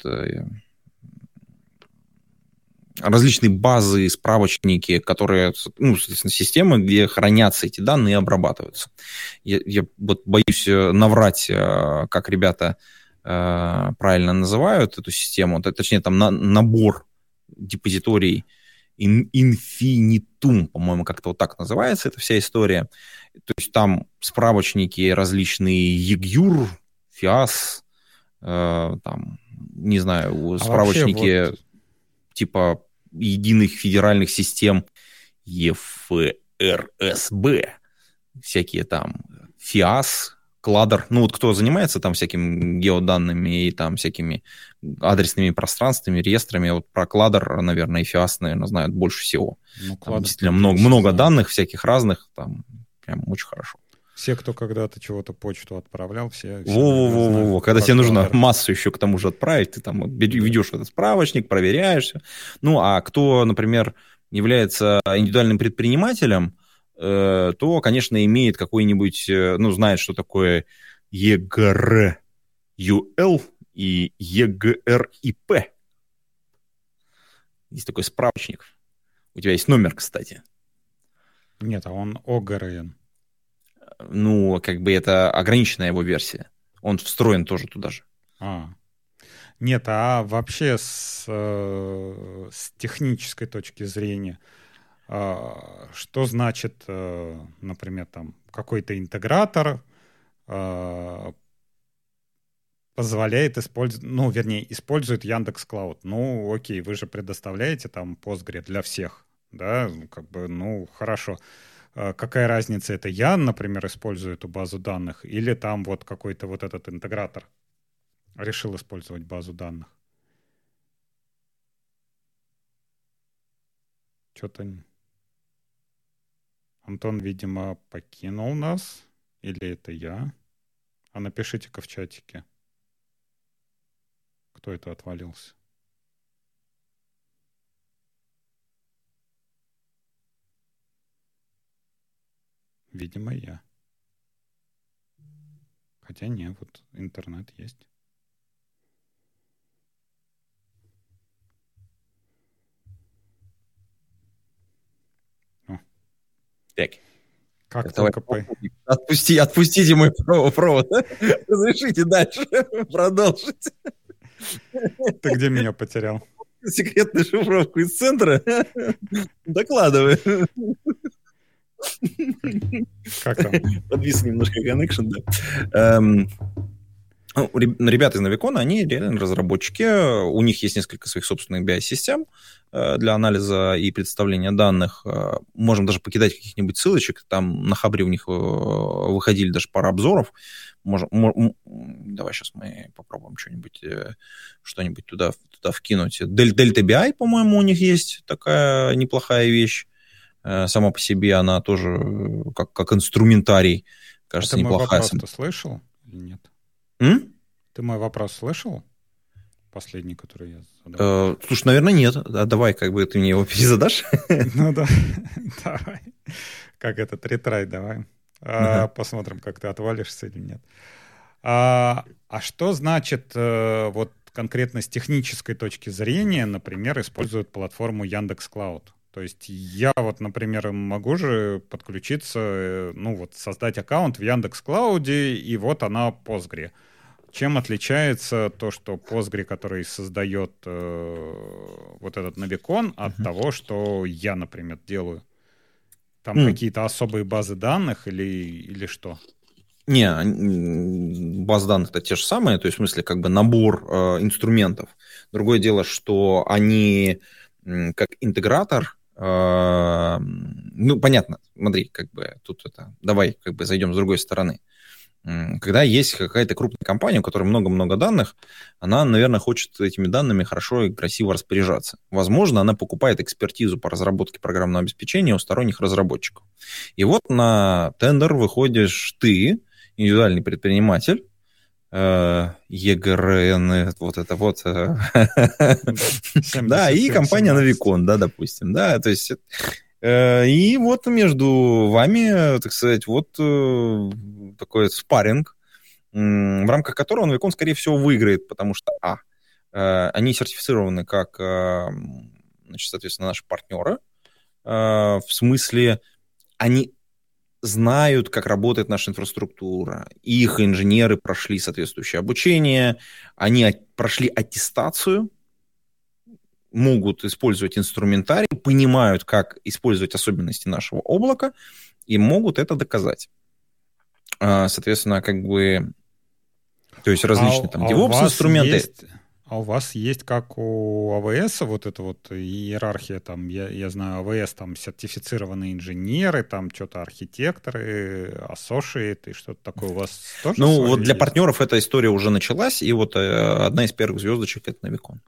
различные базы, справочники, которые, ну, соответственно, системы, где хранятся эти данные и обрабатываются. Я вот боюсь наврать, как ребята правильно называют эту систему, точнее, там набор депозиторий Infinitum, по-моему, как-то вот так называется эта вся история. То есть там справочники различные EGUR, FIAS, там, не знаю, справочники вот типа единых федеральных систем ЕФРСБ, всякие там FIAS, Кладер, ну вот кто занимается там всякими геоданными и там всякими адресными пространствами, реестрами, вот про Кладер, наверное, и FIAS, наверное, знают больше всего. Ну, там действительно много данных всяких разных, там прям очень хорошо. Все, кто когда-то чего-то почту отправлял, все Во-во-во, когда тебе нужно массу еще к тому же отправить, ты там ведешь этот справочник, проверяешь. Ну, а кто, например, является индивидуальным предпринимателем, то, конечно, имеет какой-нибудь, ну, знает, что такое EGRUL и EGRIP. Есть такой справочник. У тебя есть номер, кстати. Нет, а он ОГРН. Ну, как бы это ограниченная его версия. Он встроен тоже туда же. Нет, а вообще с технической точки зрения, что значит, например, там какой-то интегратор позволяет использовать, ну, вернее, использует Яндекс.Клауд. Ну, окей, вы же предоставляете там Postgre для всех, да, как бы, ну, хорошо. Какая разница, это я, например, использую эту базу данных, или там вот какой-то вот этот интегратор решил использовать базу данных? Что-то Антон, видимо, покинул нас, или это я? А напишите-ка в чатике, кто это отвалился. Видимо, я. Хотя нет, вот интернет есть. Так. Как Давай, только отпустите мой провод. Разрешите дальше продолжить. Ты где меня потерял? Секретную шифровку из центра. Докладывай. Как там? Подвис немножко коннекшн, да. Ребята из Navicon'а, они реально разработчики. У них есть несколько своих собственных BI-систем для анализа и представления данных. Можем даже покидать каких-нибудь ссылочек. Там на Хабре у них выходили даже пара обзоров. Давай сейчас мы попробуем что-нибудь туда вкинуть. Delta BI, по-моему, у них есть такая неплохая вещь. Сама по себе она тоже как инструментарий, кажется, Это мой неплохая. вопрос ты слышал или нет? Ты мой вопрос слышал? Последний, который я задал. Слушай, наверное, нет. А давай, как бы ты мне его перезадашь. Ну да, давай. Как этот ретрай, давай. Посмотрим, как ты отвалишься или нет. А что значит вот конкретно с технической точки зрения, например, используют платформу Яндекс.Клауд? То есть я вот, например, могу же подключиться, ну вот создать аккаунт в Яндекс.Клауде, и вот она Postgre. Чем отличается то, что Postgre, который создает вот этот Navicon'N, от того, что я, например, делаю? Там какие-то особые базы данных или что? Не, базы данных-то те же самые, то есть в смысле как бы набор инструментов. Другое дело, что они как интегратор, ну, понятно, смотри, как бы тут это, давай как бы зайдем с другой стороны. Когда есть какая-то крупная компания, у которой много-много данных, она, наверное, хочет этими данными хорошо и красиво распоряжаться. Возможно, она покупает экспертизу по разработке программного обеспечения у сторонних разработчиков. И вот на тендер выходишь ты, индивидуальный предприниматель, ЕГРН, вот это вот. Да, и компания Navicon'N, да, допустим, да, то есть... И вот между вами, так сказать, вот такой спарринг, в рамках которого Navicon'N, скорее всего, выиграет, потому что, они сертифицированы как, значит, соответственно, наши партнеры, в смысле, они знают, как работает наша инфраструктура, их инженеры прошли соответствующее обучение, они прошли аттестацию, могут использовать инструментарий, понимают, как использовать особенности нашего облака и могут это доказать. Соответственно, как бы, то есть различные там DevOps-инструменты. А у вас есть, как у АВС, вот эта вот иерархия, там, я знаю, АВС, там, сертифицированные инженеры, там, что-то архитекторы, associate и что-то такое у вас тоже? Ну, вот для партнеров эта история уже началась, и вот одна из первых звездочек — это Navicon'N.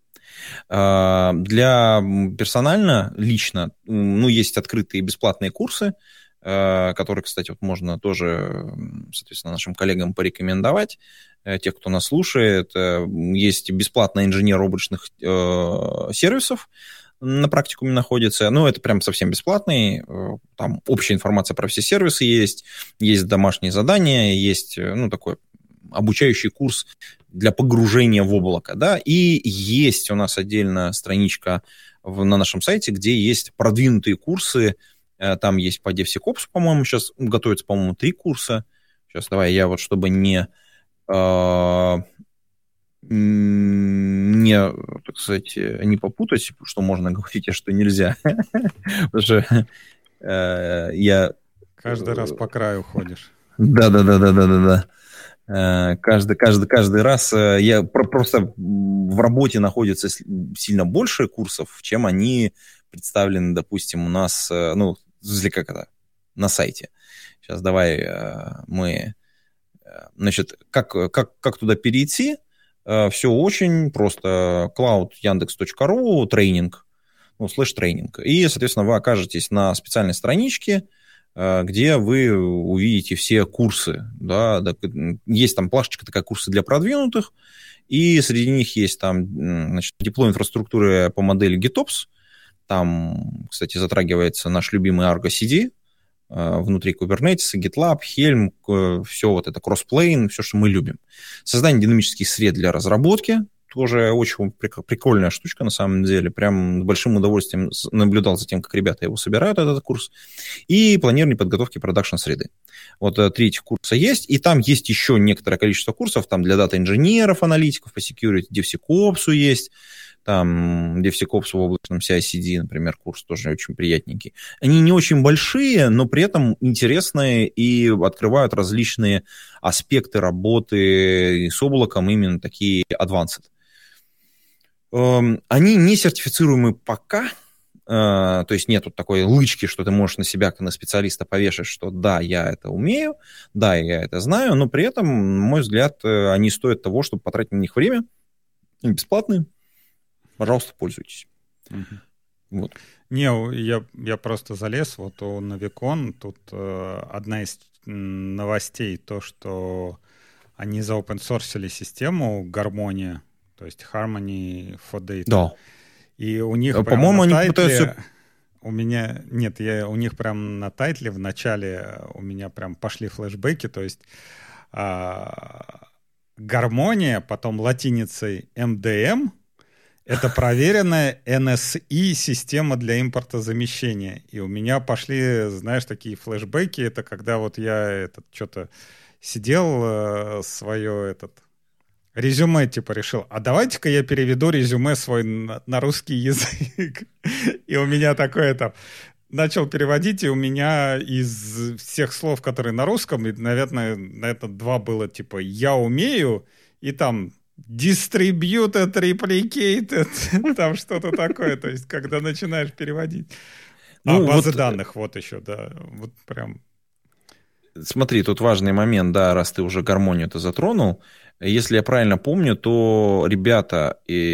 Для персонально, лично, ну, есть открытые бесплатные курсы, которые, кстати, вот можно тоже, соответственно, нашим коллегам порекомендовать, тех, кто нас слушает. Есть бесплатный инженер облачных сервисов, на практикуме находится. Ну, это прям совсем бесплатный. Там общая информация про все сервисы есть домашние задания, есть, ну, такой обучающий курс для погружения в облако, да, и есть у нас отдельно страничка на нашем сайте, где есть продвинутые курсы, там есть по DevSecOps, по-моему, сейчас готовится, по-моему, 3 курса. Сейчас давай я вот, чтобы не не, так сказать, не попутать, что можно говорить, а что нельзя. Потому что я... Каждый раз по краю ходишь. Да. Каждый раз я просто в работе находится сильно больше курсов, чем они представлены, допустим, у нас, ну, как это, на сайте. Сейчас давай мы, значит, как туда перейти? Все очень просто. Cloud Yandex.ru, тренинг, ну, /тренинг. И, соответственно, вы окажетесь на специальной страничке, где вы увидите все курсы. Да, есть там плашечка такая, курсы для продвинутых, и среди них есть там, значит, диплом инфраструктуры по модели GitOps. Там, кстати, затрагивается наш любимый Argo CD, внутри Kubernetes, GitLab, Helm, все вот это Crossplane, все, что мы любим. Создание динамических сред для разработки, тоже очень прикольная штучка на самом деле. Прям с большим удовольствием наблюдал за тем, как ребята его собирают, этот курс. И планирование подготовки продакшн-среды. Вот 3 курса есть, и там есть еще некоторое количество курсов, там для дата-инженеров, аналитиков по security, DevSecOps есть, там DevSecOps в облачном CI/CD, например, курс тоже очень приятненький. Они не очень большие, но при этом интересные и открывают различные аспекты работы с облаком, именно такие advanced. Они не сертифицируемы пока, то есть нет вот такой лычки, что ты можешь на себя, как на специалиста повешать, что да, я это умею, да, я это знаю, но при этом, на мой взгляд, они стоят того, чтобы потратить на них время, они бесплатные. Пожалуйста, пользуйтесь. Вот. Не, я просто залез вот у Navikon. Тут одна из новостей то, что они заопенсорсили систему Гармония, то есть Harmony for Data. Да. И у них по-моему, они тайтле, пытаются... у меня... Нет, у них прям на тайтле в начале у меня прям пошли флешбеки, то есть Гармония, потом латиницей MDM, это проверенная NSI-система для импортозамещения. И у меня пошли, знаешь, такие флешбеки. Это когда вот я что-то сидел, свое резюме типа решил, а давайте-ка я переведу резюме свой на русский язык. И у меня такое там... Начал переводить, и у меня из всех слов, которые на русском, наверное, на это 2 было типа «я умею», и там distributed, replicated, там что-то такое, то есть когда начинаешь переводить. Базы данных, вот еще, да, вот прям. Смотри, тут важный момент, да, раз ты уже гармонию это затронул. Если я правильно помню, то ребята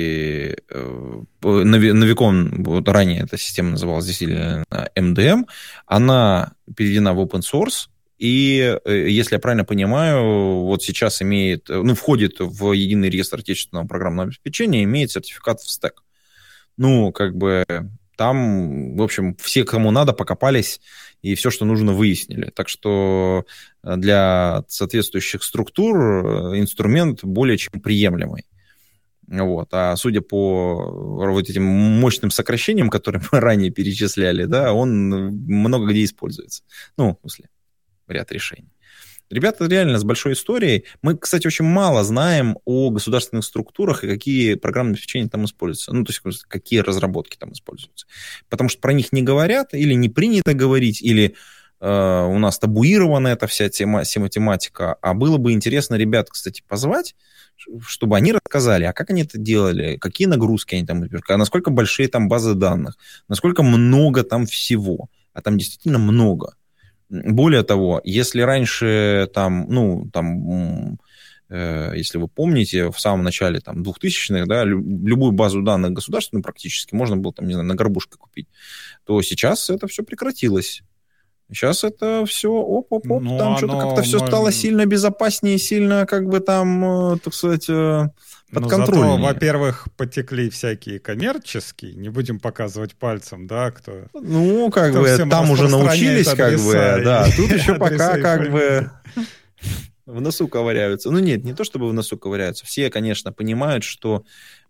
Navikon, вот ранее эта система называлась действительно MDM, она переведена в open source, и, если я правильно понимаю, вот сейчас имеет, ну, входит в единый реестр отечественного программного обеспечения, имеет сертификат в стек. Ну, как бы там, в общем, все, кому надо, покопались и все, что нужно, выяснили. Так что для соответствующих структур инструмент более чем приемлемый. Вот. А судя по вот этим мощным сокращениям, которые мы ранее перечисляли, да, он много где используется. Ну, в смысле, ряд решений. Ребята реально с большой историей. Мы, кстати, очень мало знаем о государственных структурах и какие программные обеспечения там используются. Ну, то есть, какие разработки там используются. Потому что про них не говорят, или не принято говорить, или у нас табуирована эта вся тематика. А было бы интересно ребят, кстати, позвать, чтобы они рассказали, а как они это делали, какие нагрузки они там, насколько большие там базы данных, насколько много там всего. А там действительно много. Более того, если раньше там, ну, там, если вы помните, в самом начале там 2000-х, да, любую базу данных государственную практически можно было там, не знаю, на горбушке купить, то сейчас это все прекратилось. Сейчас это все оп-оп-оп, ну, там что-то как-то все стало сильно безопаснее, сильно как бы там, так сказать, подконтрольнее. Зато, во-первых, потекли всякие коммерческие, не будем показывать пальцем, да, кто... Ну, как бы там уже научились, как бы, да, тут еще пока как бы в носу ковыряются. Ну, нет, не то чтобы в носу ковыряются, все, конечно, понимают, что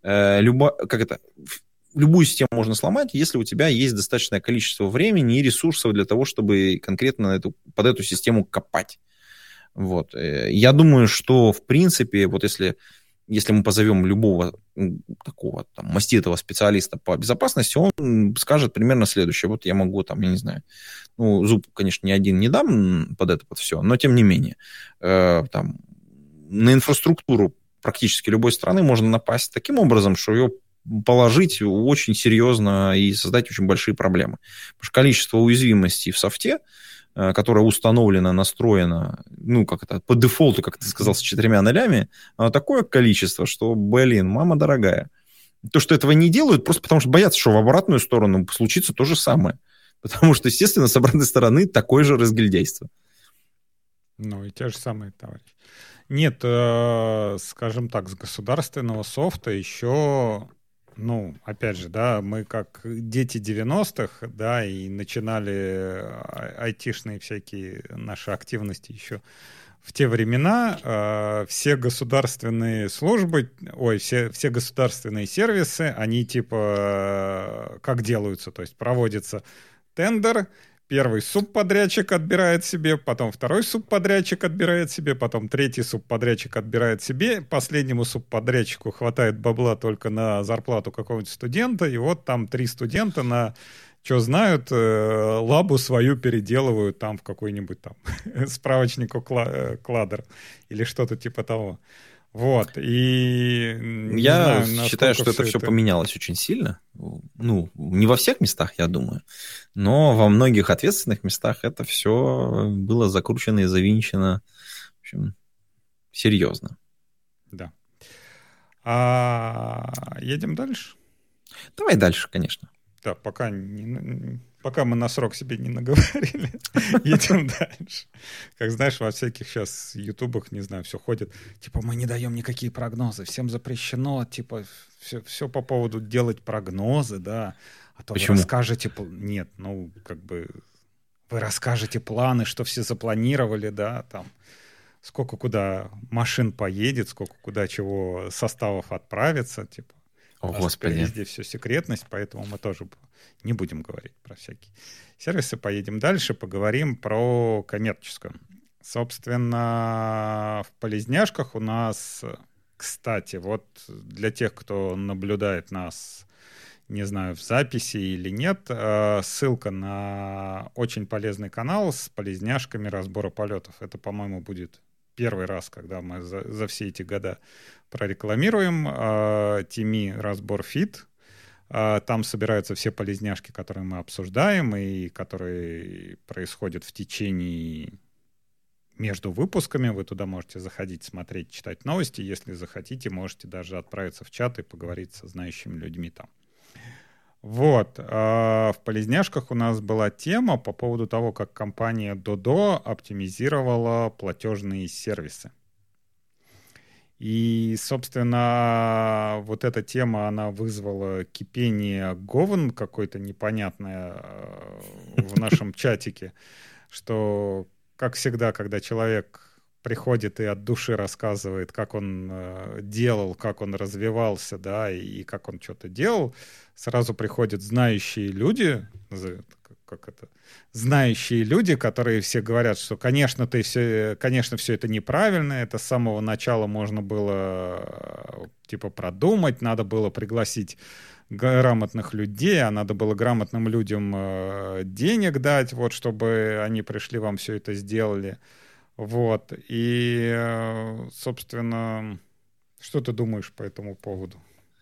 любую систему можно сломать, если у тебя есть достаточное количество времени и ресурсов для того, чтобы конкретно под эту систему копать. Вот. Я думаю, что, в принципе, вот если если мы позовем любого такого там маститого специалиста по безопасности, он скажет примерно следующее. Вот я могу там, я не знаю, ну, зуб, конечно, ни один не дам под это, под все, но тем не менее, там, на инфраструктуру практически любой страны можно напасть таким образом, что ее положить очень серьезно и создать очень большие проблемы. Потому что количество уязвимостей в софте, которая установлена, настроена, ну, как это, по дефолту, как ты сказал, с 4 нолями, такое количество, что, блин, мама дорогая. То, что этого не делают, просто потому что боятся, что в обратную сторону случится то же самое. Потому что, естественно, с обратной стороны такое же разгильдяйство. Ну, и те же самые товарищи. Нет, скажем так, с государственного софта еще... Ну, опять же, да, мы как дети 90-х, да, и начинали айтишные всякие наши активности еще в те времена. Все государственные службы, все государственные сервисы, они типа как делаются? То есть проводится тендер, первый субподрядчик отбирает себе, потом второй субподрядчик отбирает себе, потом третий субподрядчик отбирает себе. Последнему субподрядчику хватает бабла только на зарплату какого-нибудь студента, и вот там 3 студента на что знают, лабу свою переделывают там в какой-нибудь там справочник Кладер или что-то типа того. Вот, и... Я считаю, что это все поменялось очень сильно. Ну, не во всех местах, я думаю, но во многих ответственных местах это все было закручено и завинчено, в общем, серьезно. Да. Едем дальше? Давай дальше, конечно. Да, пока мы на срок себе не наговорили, едем дальше. Как знаешь, во всяких сейчас ютубах, не знаю, все ходит, типа, мы не даем никакие прогнозы, всем запрещено, типа, все по поводу делать прогнозы, да. А то Почему? вы расскажете... Нет, ну, как бы, вы расскажете планы, что все запланировали, да, там, сколько куда машин поедет, сколько куда чего составов отправится, типа. О, Господи. Везде все секретность, поэтому мы тоже не будем говорить про всякие сервисы. Поедем дальше, поговорим про коммерческую. Собственно, в полезняшках у нас, кстати, вот для тех, кто наблюдает нас, не знаю, в записи или нет, ссылка на очень полезный канал с полезняшками разбора полетов. Это, по-моему, будет первый раз, когда мы за все эти года прорекламируем Тими разбор фит. Там собираются все полезняшки, которые мы обсуждаем и которые происходят в течение между выпусками. Вы туда можете заходить, смотреть, читать новости. Если захотите, можете даже отправиться в чат и поговорить со знающими людьми там. Вот. В полезняшках у нас была тема по поводу того, как компания Dodo оптимизировала платежные сервисы. И, собственно, вот эта тема, она вызвала кипение говен какое-то непонятное в нашем чатике, что, как всегда, когда человек приходит и от души рассказывает, как он делал, как он развивался, да, и как он что-то делал, сразу приходят знающие люди, знающие люди, которые все говорят, что, конечно, все это неправильно, это с самого начала можно было, типа, продумать, надо было пригласить грамотных людей, а надо было грамотным людям денег дать, вот, чтобы они пришли, вам все это сделали. Вот. И, собственно, что ты думаешь по этому поводу?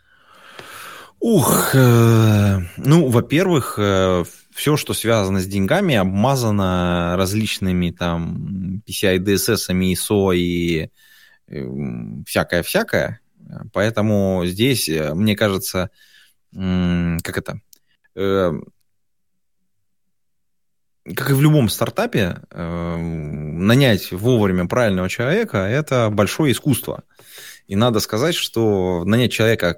Ну, во-первых, все, что связано с деньгами, обмазано различными там PCI DSS, ISO и всякое-всякое. Поэтому здесь, мне кажется, как и в любом стартапе, нанять вовремя правильного человека – это большое искусство. И надо сказать, что нанять человека,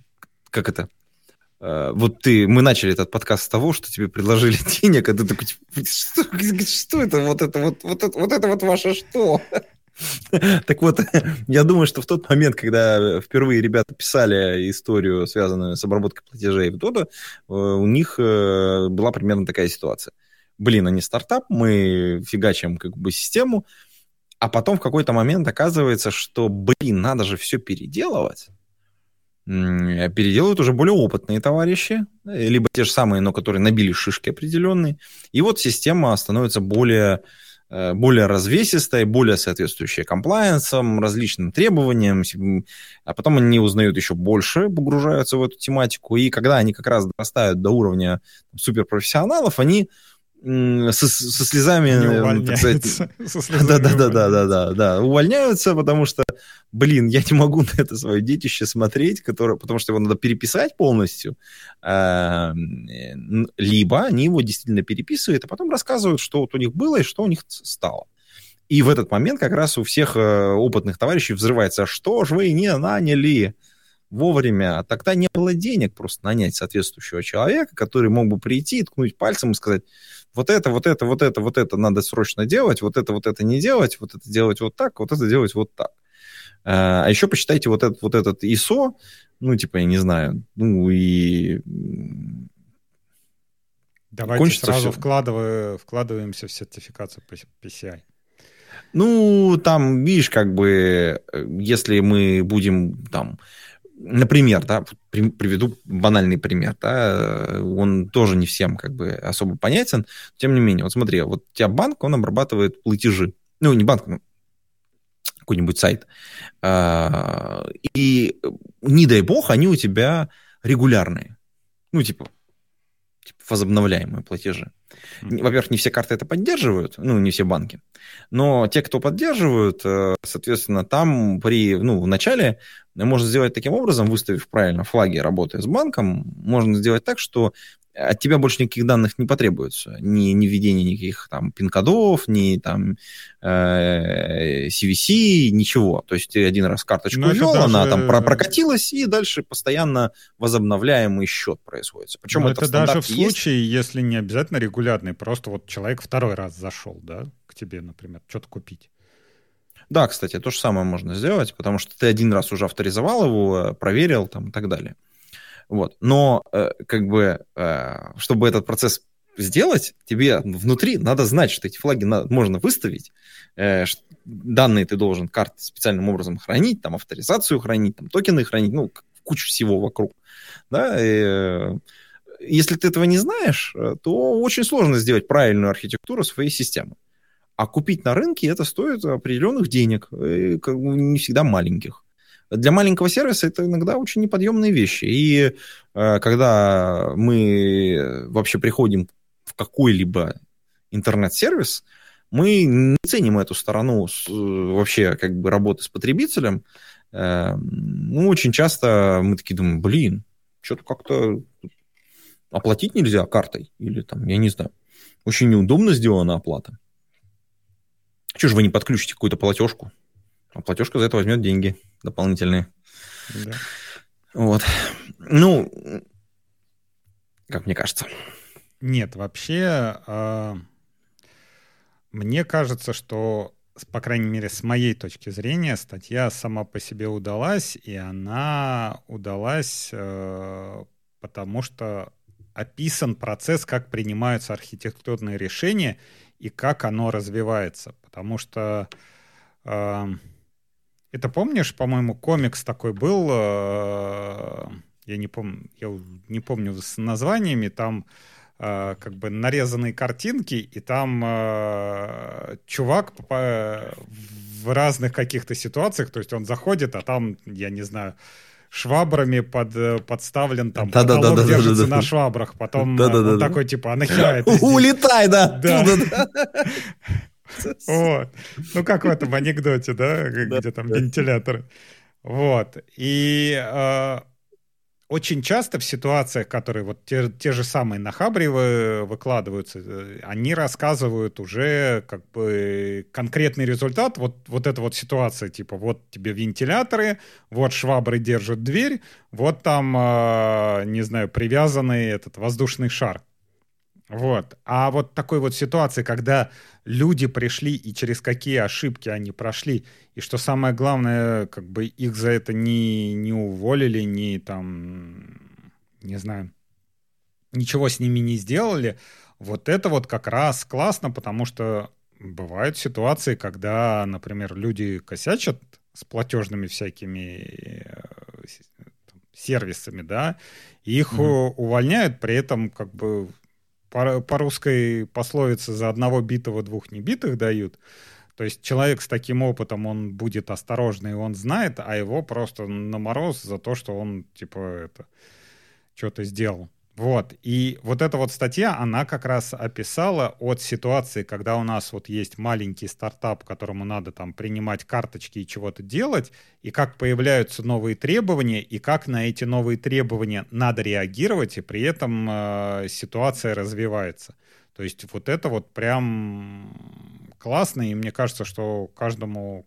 мы начали этот подкаст с того, что тебе предложили денег, а ты такой, что это, вот это ваше что? Так вот, я думаю, что в тот момент, когда впервые ребята писали историю, связанную с обработкой платежей в Dodo, у них была примерно такая ситуация. Блин, они стартап, мы фигачим как бы систему, А потом в какой-то момент оказывается, что, надо же все переделывать. Переделывают уже более опытные товарищи, либо те же самые, но которые набили шишки определенные. И вот система становится более развесистая, более соответствующая комплаенсам, различным требованиям. А потом они узнают еще больше, погружаются в эту тематику. И когда они как раз дорастают до уровня суперпрофессионалов, они со слезами, так сказать, да, увольняются, потому что, я не могу на это свое детище смотреть, потому что его надо переписать полностью, либо они его действительно переписывают, а потом рассказывают, что вот у них было и что у них стало. И в этот момент как раз у всех опытных товарищей взрывается: что ж вы не наняли вовремя? А тогда не было денег просто нанять соответствующего человека, который мог бы прийти, ткнуть пальцем и сказать: вот это надо срочно делать, вот это не делать, вот это делать вот так, вот это делать вот так. А еще посчитайте вот этот ISO, я не знаю, и... Давайте сразу вкладываемся в сертификацию PCI. Там, видишь, если мы будем например, приведу банальный пример, он тоже не всем особо понятен, тем не менее, вот смотри, вот у тебя банк, он обрабатывает платежи, не банк, какой-нибудь сайт, и не дай бог, они у тебя регулярные, возобновляемые платежи. Во-первых, не все карты это поддерживают, не все банки, но те, кто поддерживают, соответственно, там в начале можно сделать таким образом, выставив правильно флаги, работая с банком, можно сделать так, что от тебя больше никаких данных не потребуется, ни введения никаких пин-кодов, ни CVC, ничего. То есть ты один раз карточку ввел, она прокатилась, и дальше постоянно возобновляемый счет происходит. Причем это даже в случае, если не обязательно регулярный, просто вот человек второй раз зашел, да, к тебе, например, что-то купить. Да, кстати, то же самое можно сделать, потому что ты один раз уже авторизовал его, проверил и так далее. Вот. Но чтобы этот процесс сделать, тебе внутри надо знать, что эти флаги можно выставить, данные ты должен карты специальным образом хранить, авторизацию хранить, токены хранить, кучу всего вокруг. Да? Если ты этого не знаешь, то очень сложно сделать правильную архитектуру своей системы. А купить на рынке это стоит определенных денег, и не всегда маленьких. Для маленького сервиса это иногда очень неподъемные вещи. И когда мы вообще приходим в какой-либо интернет-сервис, мы не ценим эту сторону вообще работы с потребителем. Очень часто мы такие думаем: что-то как-то оплатить нельзя картой. Или я не знаю, очень неудобно сделана оплата. Чего же вы не подключите какую-то платежку? А платежка за это возьмет деньги дополнительные. Да. Вот. Как мне кажется. Нет, вообще, мне кажется, что, по крайней мере, с моей точки зрения, статья сама по себе удалась, и она удалась, потому что описан процесс, как принимаются архитектурные решения и как оно развивается. Потому что... Это помнишь, по-моему, комикс такой был, я не помню с названиями, там нарезанные картинки, и там чувак в разных каких-то ситуациях, то есть он заходит, а там, я не знаю, швабрами подставлен, потолок держится на швабрах, потом он такой, а нахера это здесь? Улетай, да! Вот. Как в этом анекдоте, да, где там вентиляторы. Вот. И очень часто в ситуациях, которые вот те же самые на Хабре выкладываются, они рассказывают уже конкретный результат. Вот эта вот ситуация, вот тебе вентиляторы, вот швабры держат дверь, вот там, не знаю, привязанный этот воздушный шар. Вот. А вот такой вот ситуации, когда люди пришли и через какие ошибки они прошли, и что самое главное, их за это не уволили, не знаю, ничего с ними не сделали, вот это вот как раз классно, потому что Бывают ситуации, когда, например, люди косячат с платежными всякими сервисами, да, и их увольняют, при этом как бы по русской пословице за одного битого двух небитых дают. То есть человек с таким опытом, он будет осторожный, он знает, а его просто на мороз за то, что он, типа, что-то сделал. Вот. И вот эта вот статья, она как раз описала от ситуации, когда у нас вот есть маленький стартап, которому надо там принимать карточки и чего-то делать, и как появляются новые требования, и как на эти новые требования надо реагировать, и при этом ситуация развивается. То есть вот это вот прям классно, и мне кажется, что каждому,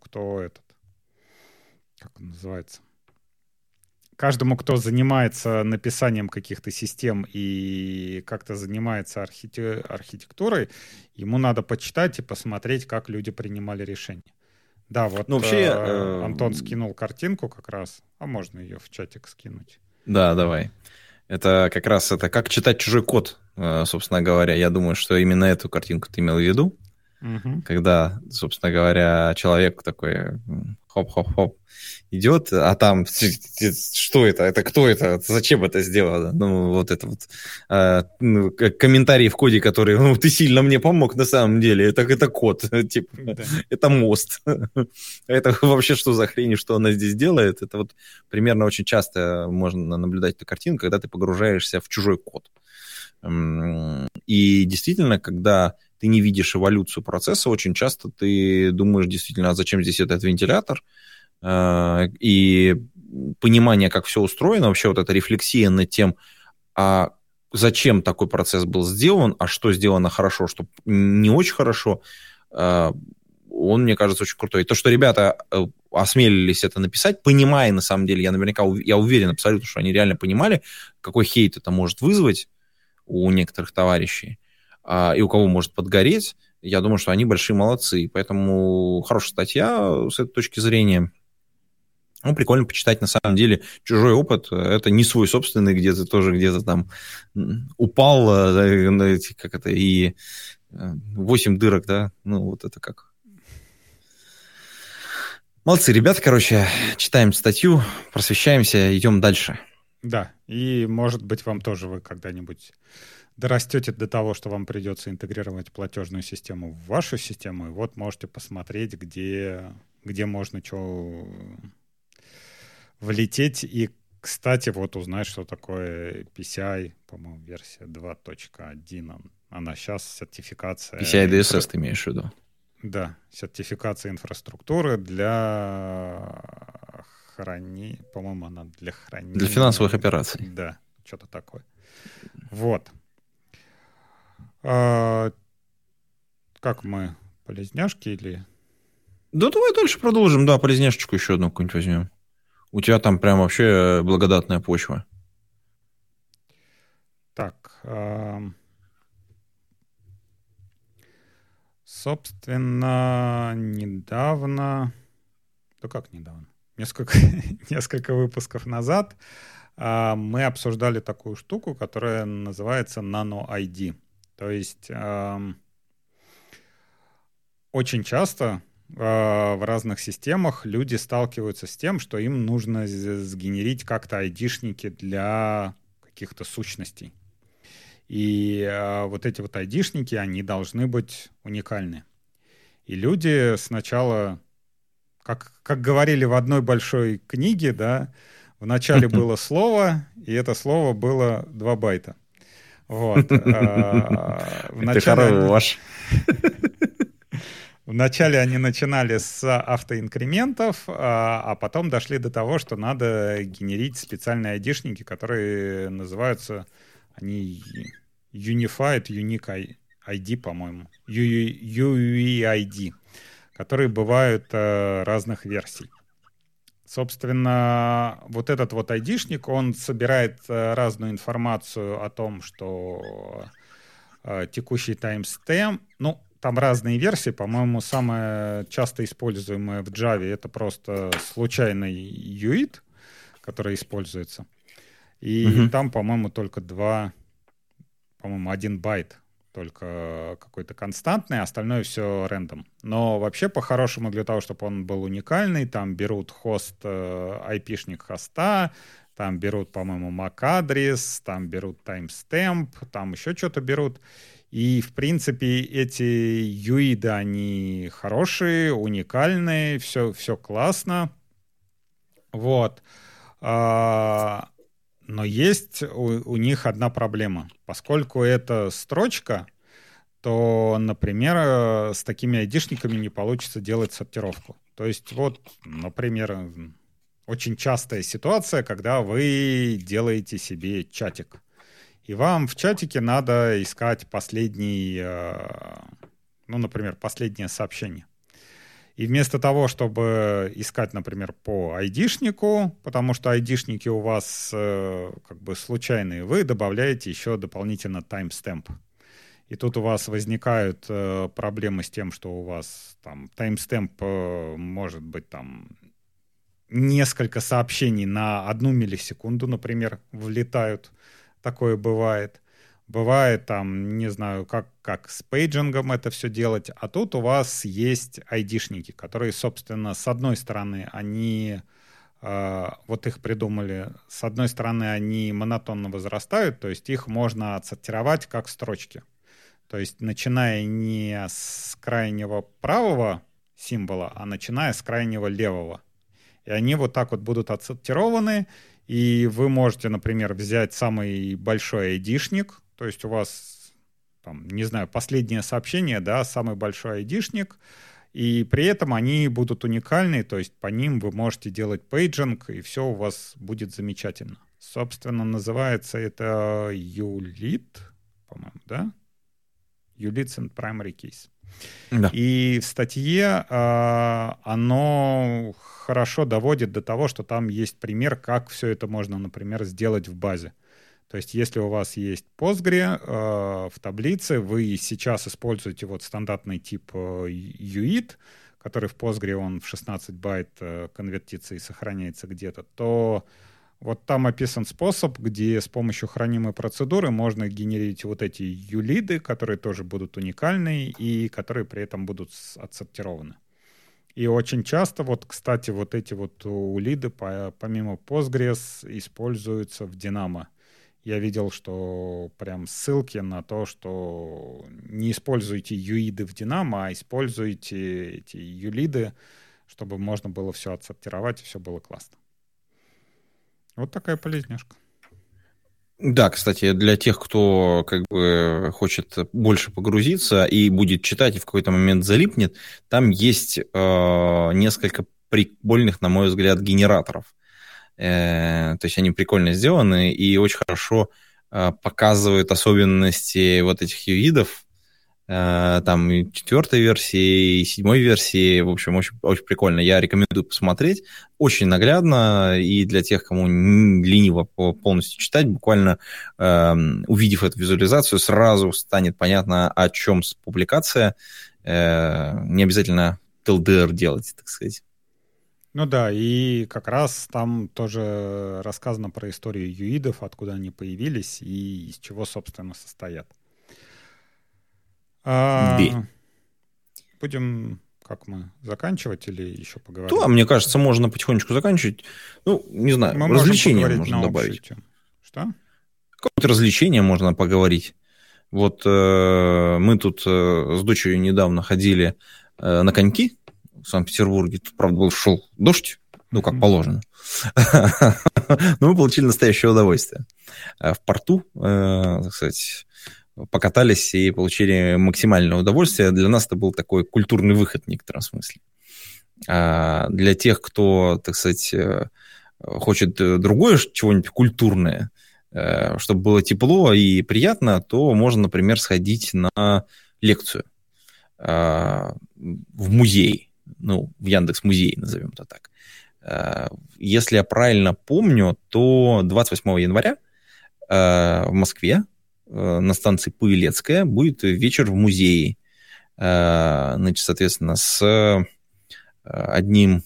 как он называется? Каждому, кто занимается написанием каких-то систем и как-то занимается архитектурой, ему надо почитать и посмотреть, как люди принимали решения. Да, вот вообще, Антон скинул картинку как раз, а можно ее в чатик скинуть. Да, давай. Это как раз это как читать чужой код, собственно говоря. Я думаю, что именно эту картинку ты имел в виду. Когда, собственно говоря, человек такой хоп-хоп-хоп идет, а там что это? Это кто это? Зачем это сделано? Ну, вот это вот комментарий в коде, который, ну, ты сильно мне помог на самом деле. Это код, типа, да. Это мост. Это вообще что за хрень, что она здесь делает? Это вот примерно очень часто можно наблюдать эту картину, когда ты погружаешься в чужой код. И действительно, когда ты не видишь эволюцию процесса, очень часто ты думаешь действительно, а зачем здесь этот вентилятор? И понимание, как все устроено, вообще вот эта рефлексия над тем, а зачем такой процесс был сделан, а что сделано хорошо, что не очень хорошо, он, мне кажется, очень крутой. И то, что ребята осмелились это написать, понимая, на самом деле, я уверен абсолютно, что они реально понимали, какой хейт это может вызвать у некоторых товарищей, и у кого может подгореть, я думаю, что они большие молодцы. Поэтому хорошая статья с этой точки зрения. Ну, прикольно почитать, на самом деле, чужой опыт. Это не свой собственный, где-то тоже где-то там упал, как это, и 8 дырок, да? Ну, вот это как. Молодцы, ребята, короче, читаем статью, просвещаемся, идем дальше. Да, и, может быть, вам тоже вы когда-нибудь дорастете до того, что вам придется интегрировать платежную систему в вашу систему, и вот можете посмотреть, где можно что влететь. И, кстати, вот узнать, что такое PCI, по-моему, версия 2.1. Она сейчас сертификация... PCI DSS ты имеешь в виду? Да, сертификация инфраструктуры для по-моему, она для хранения... Для финансовых операций. Да, что-то такое. Вот. Как мы? Полезняшки или... Да, давай дальше продолжим. Да, полезняшечку еще одну какую-нибудь возьмем. У тебя там прям вообще благодатная почва. Так. Собственно, недавно... Да как недавно? Несколько выпусков назад мы обсуждали такую штуку, которая называется Nano ID. То есть очень часто в разных системах люди сталкиваются с тем, что им нужно сгенерить как-то айдишники для каких-то сущностей. И вот эти вот айдишники, они должны быть уникальны. И люди сначала, как говорили в одной большой книге, да, вначале было слово, и это слово было 2 байта. Вот. Вначале они начинали с автоинкрементов, а потом дошли до того, что надо генерить специальные айдишники, которые называются они Unified Unique ID, по-моему, UEID, которые бывают разных версий. Собственно, вот этот вот айдишник, он собирает разную информацию о том, что текущий таймстемп, ну, там разные версии, по-моему, самая часто используемая в Java это просто случайный UID, который используется. И там, по-моему, только 1 байт только какой-то константный, а остальное все рандом. Но вообще, по-хорошему, для того, чтобы он был уникальный, там берут хост, IP-шник хоста, там берут, по-моему, MAC-адрес, там берут timestamp, там еще что-то берут. И, в принципе, эти юиды, они хорошие, уникальные, все классно. Вот. Но есть у них одна проблема. Поскольку это строчка, то, например, с такими айдишниками не получится делать сортировку. То есть вот, например, очень частая ситуация, когда вы делаете себе чатик. И вам в чатике надо искать последний, например, последнее сообщение. И вместо того, чтобы искать, например, по айдишнику, потому что айдишники у вас как бы случайные, вы добавляете еще дополнительно timestamp. И тут у вас возникают проблемы с тем, что у вас там timestamp может быть там несколько сообщений на 1 миллисекунду, например, влетают. Такое бывает. Бывает там, не знаю, как с пейджингом это все делать. А тут у вас есть айдишники, которые, собственно, с одной стороны, они, вот их придумали, с одной стороны, они монотонно возрастают, то есть их можно отсортировать как строчки. То есть начиная не с крайнего правого символа, а начиная с крайнего левого. И они вот так вот будут отсортированы, и вы можете, например, взять самый большой айдишник, то есть у вас, там, не знаю, последнее сообщение, да, самый большой айдишник, и при этом они будут уникальны, то есть по ним вы можете делать пейджинг, и все у вас будет замечательно. Собственно, называется это ULID, по-моему, да? ULIDs and Primary Keys. Да. И в статье оно хорошо доводит до того, что там есть пример, как все это можно, например, сделать в базе. То есть если у вас есть Postgre в таблице, вы сейчас используете вот стандартный тип UID, который в Postgre он в 16 байт конвертится и сохраняется где-то, то вот там описан способ, где с помощью хранимой процедуры можно генерить вот эти юлиды, которые тоже будут уникальные и которые при этом будут отсортированы. И очень часто, вот, кстати, вот эти вот улиды помимо Postgres используются в Dynamo. Я видел, что прям ссылки на то, что не используйте юиды в Dynamo, а используйте эти юлиды, чтобы можно было все отсортировать и все было классно. Вот такая полезняшка. Да, кстати, для тех, кто как бы хочет больше погрузиться и будет читать, и в какой-то момент залипнет, там есть несколько прикольных, на мой взгляд, генераторов. То есть они прикольно сделаны и очень хорошо показывают особенности вот этих юидов. Там и 4-й версии, и 7-й версии. В общем, очень, очень прикольно. Я рекомендую посмотреть. Очень наглядно. И для тех, кому лениво полностью читать, буквально увидев эту визуализацию, сразу станет понятно, о чем публикация. Не обязательно TLDR делать, так сказать. Ну да, и как раз там тоже рассказано про историю юидов, откуда они появились и из чего, собственно, состоят. Будем, как мы, заканчивать или еще поговорим? Да, мне кажется, можно потихонечку заканчивать. Ну, не знаю, мы развлечения можно добавить. Что? Какое-то развлечение можно поговорить. Вот мы тут с дочерью недавно ходили на коньки в Санкт-Петербурге. Тут, правда, шел дождь, ну, как положено. Но мы получили настоящее удовольствие. В порту, так сказать, покатались и получили максимальное удовольствие. Для нас это был такой культурный выход в некотором смысле. А для тех, кто, так сказать, хочет другое, чего-нибудь культурное, чтобы было тепло и приятно, то можно, например, сходить на лекцию в музей, ну, в Яндекс.Музей, назовем это так. Если я правильно помню, то 28 января в Москве на станции Павелецкая будет вечер в музее. Значит, соответственно, с одним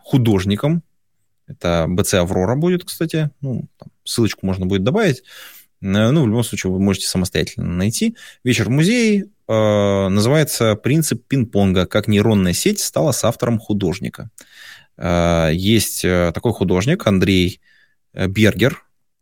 художником. Это БЦ «Аврора» будет, кстати. Ну, там ссылочку можно будет добавить. Ну, в любом случае, вы можете самостоятельно найти. «Вечер в музее» называется «Принцип пинг-понга. Как нейронная сеть стала соавтором художника». Есть такой художник Андрей Бергер,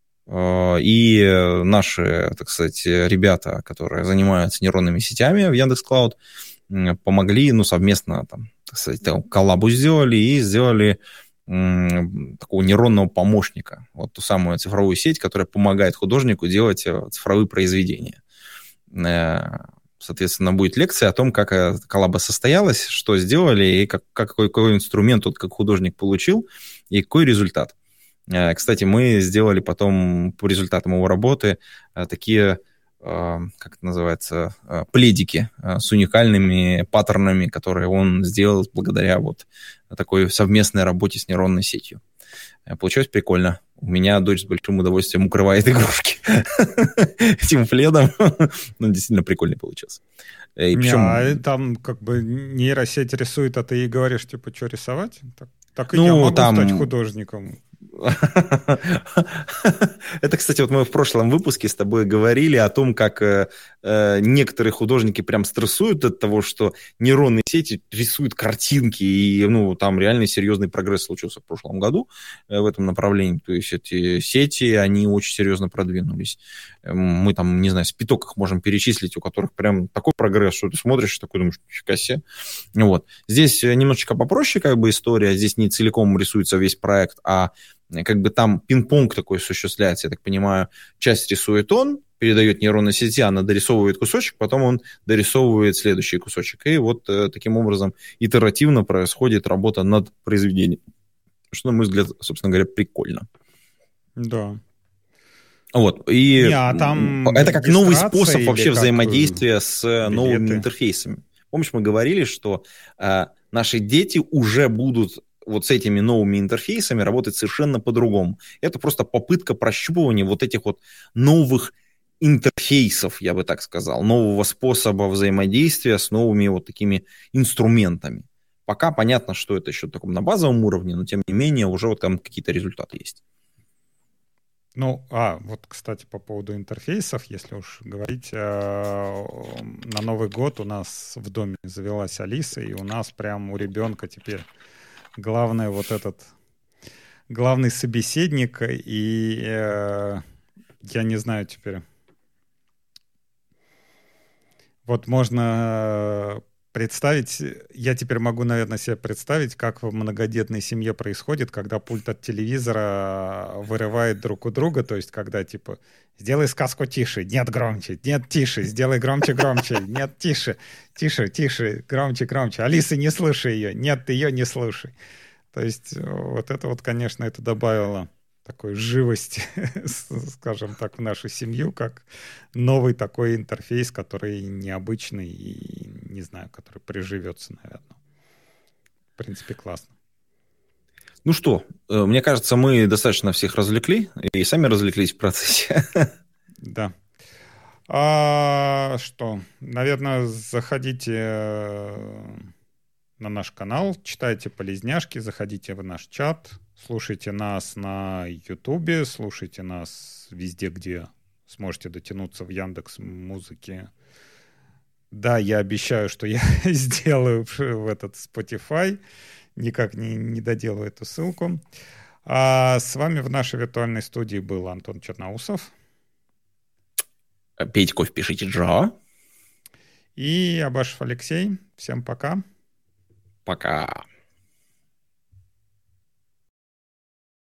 и наши, так сказать, ребята, которые занимаются нейронными сетями в Яндекс.Клауд, помогли, ну, совместно, там, так сказать, коллабу сделали и сделали такого нейронного помощника, вот ту самую цифровую сеть, которая помогает художнику делать цифровые произведения. Соответственно, будет лекция о том, как коллаба состоялась, что сделали, и какой инструмент вот как художник получил, и какой результат. Кстати, мы сделали потом по результатам его работы такие, как это называется, пледики с уникальными паттернами, которые он сделал благодаря вот такой совместной работе с нейронной сетью. Получилось прикольно. У меня дочь с большим удовольствием укрывает игрушки этим пледом. Ну, действительно прикольный получился. И причем... там как бы нейросеть рисует, а ты ей говоришь, типа, что рисовать? Так и я могу стать художником. Это, кстати, вот мы в прошлом выпуске с тобой говорили о том, как некоторые художники прям стрессуют от того, что нейронные сети рисуют картинки, и ну, там реально серьезный прогресс случился в прошлом году в этом направлении. То есть эти сети, они очень серьезно продвинулись. Мы там, не знаю, с пяток их можем перечислить, у которых прям такой прогресс, что ты смотришь, такой думаешь, фига себе. Вот. Здесь немножечко попроще как бы история, здесь не целиком рисуется весь проект, а как бы там пинг-понг такой осуществляется, я так понимаю, часть рисует он, передает нейронной сети, она дорисовывает кусочек, потом он дорисовывает следующий кусочек. И вот таким образом итеративно происходит работа над произведением. Что, на мой взгляд, собственно говоря, прикольно. Да. Вот. И там это как новый способ вообще как взаимодействия с новыми интерфейсами. Помнишь, мы говорили, что наши дети уже будут вот с этими новыми интерфейсами работать совершенно по-другому. Это просто попытка прощупывания вот этих вот новых интерфейсов, я бы так сказал, нового способа взаимодействия с новыми вот такими инструментами. Пока понятно, что это еще таком на базовом уровне, но тем не менее уже вот там какие-то результаты есть. Ну, вот, кстати, по поводу интерфейсов, если уж говорить, на Новый год у нас в доме завелась Алиса, и у нас прям у ребенка теперь главный вот этот, главный собеседник, и я не знаю теперь. Вот можно представить, я теперь могу, наверное, себе представить, как в многодетной семье происходит, когда пульт от телевизора вырывает друг у друга, то есть когда типа «сделай сказку тише», «нет, громче», «нет, тише», «сделай громче, громче», «нет, тише», «тише, тише», «громче, громче», «Алиса, не слушай ее», «нет, ты ее не слушай». То есть вот это вот, конечно, это добавило такой живости, скажем так, в нашу семью, как новый такой интерфейс, который необычный и, не знаю, который приживется, наверное. В принципе, классно. Ну что, мне кажется, мы достаточно всех развлекли и сами развлеклись в процессе. Да. Что? Наверное, заходите на наш канал, читайте полезняшки, заходите в наш чат, слушайте нас на Ютубе, слушайте нас везде, где сможете дотянуться в Яндекс.Музыке. Да, я обещаю, что я сделаю в этот Spotify. Никак не доделаю эту ссылку. А с вами в нашей виртуальной студии был Антон Черноусов. Пейте кофе, пишите Джо. И Абашев Алексей. Всем пока. Пока.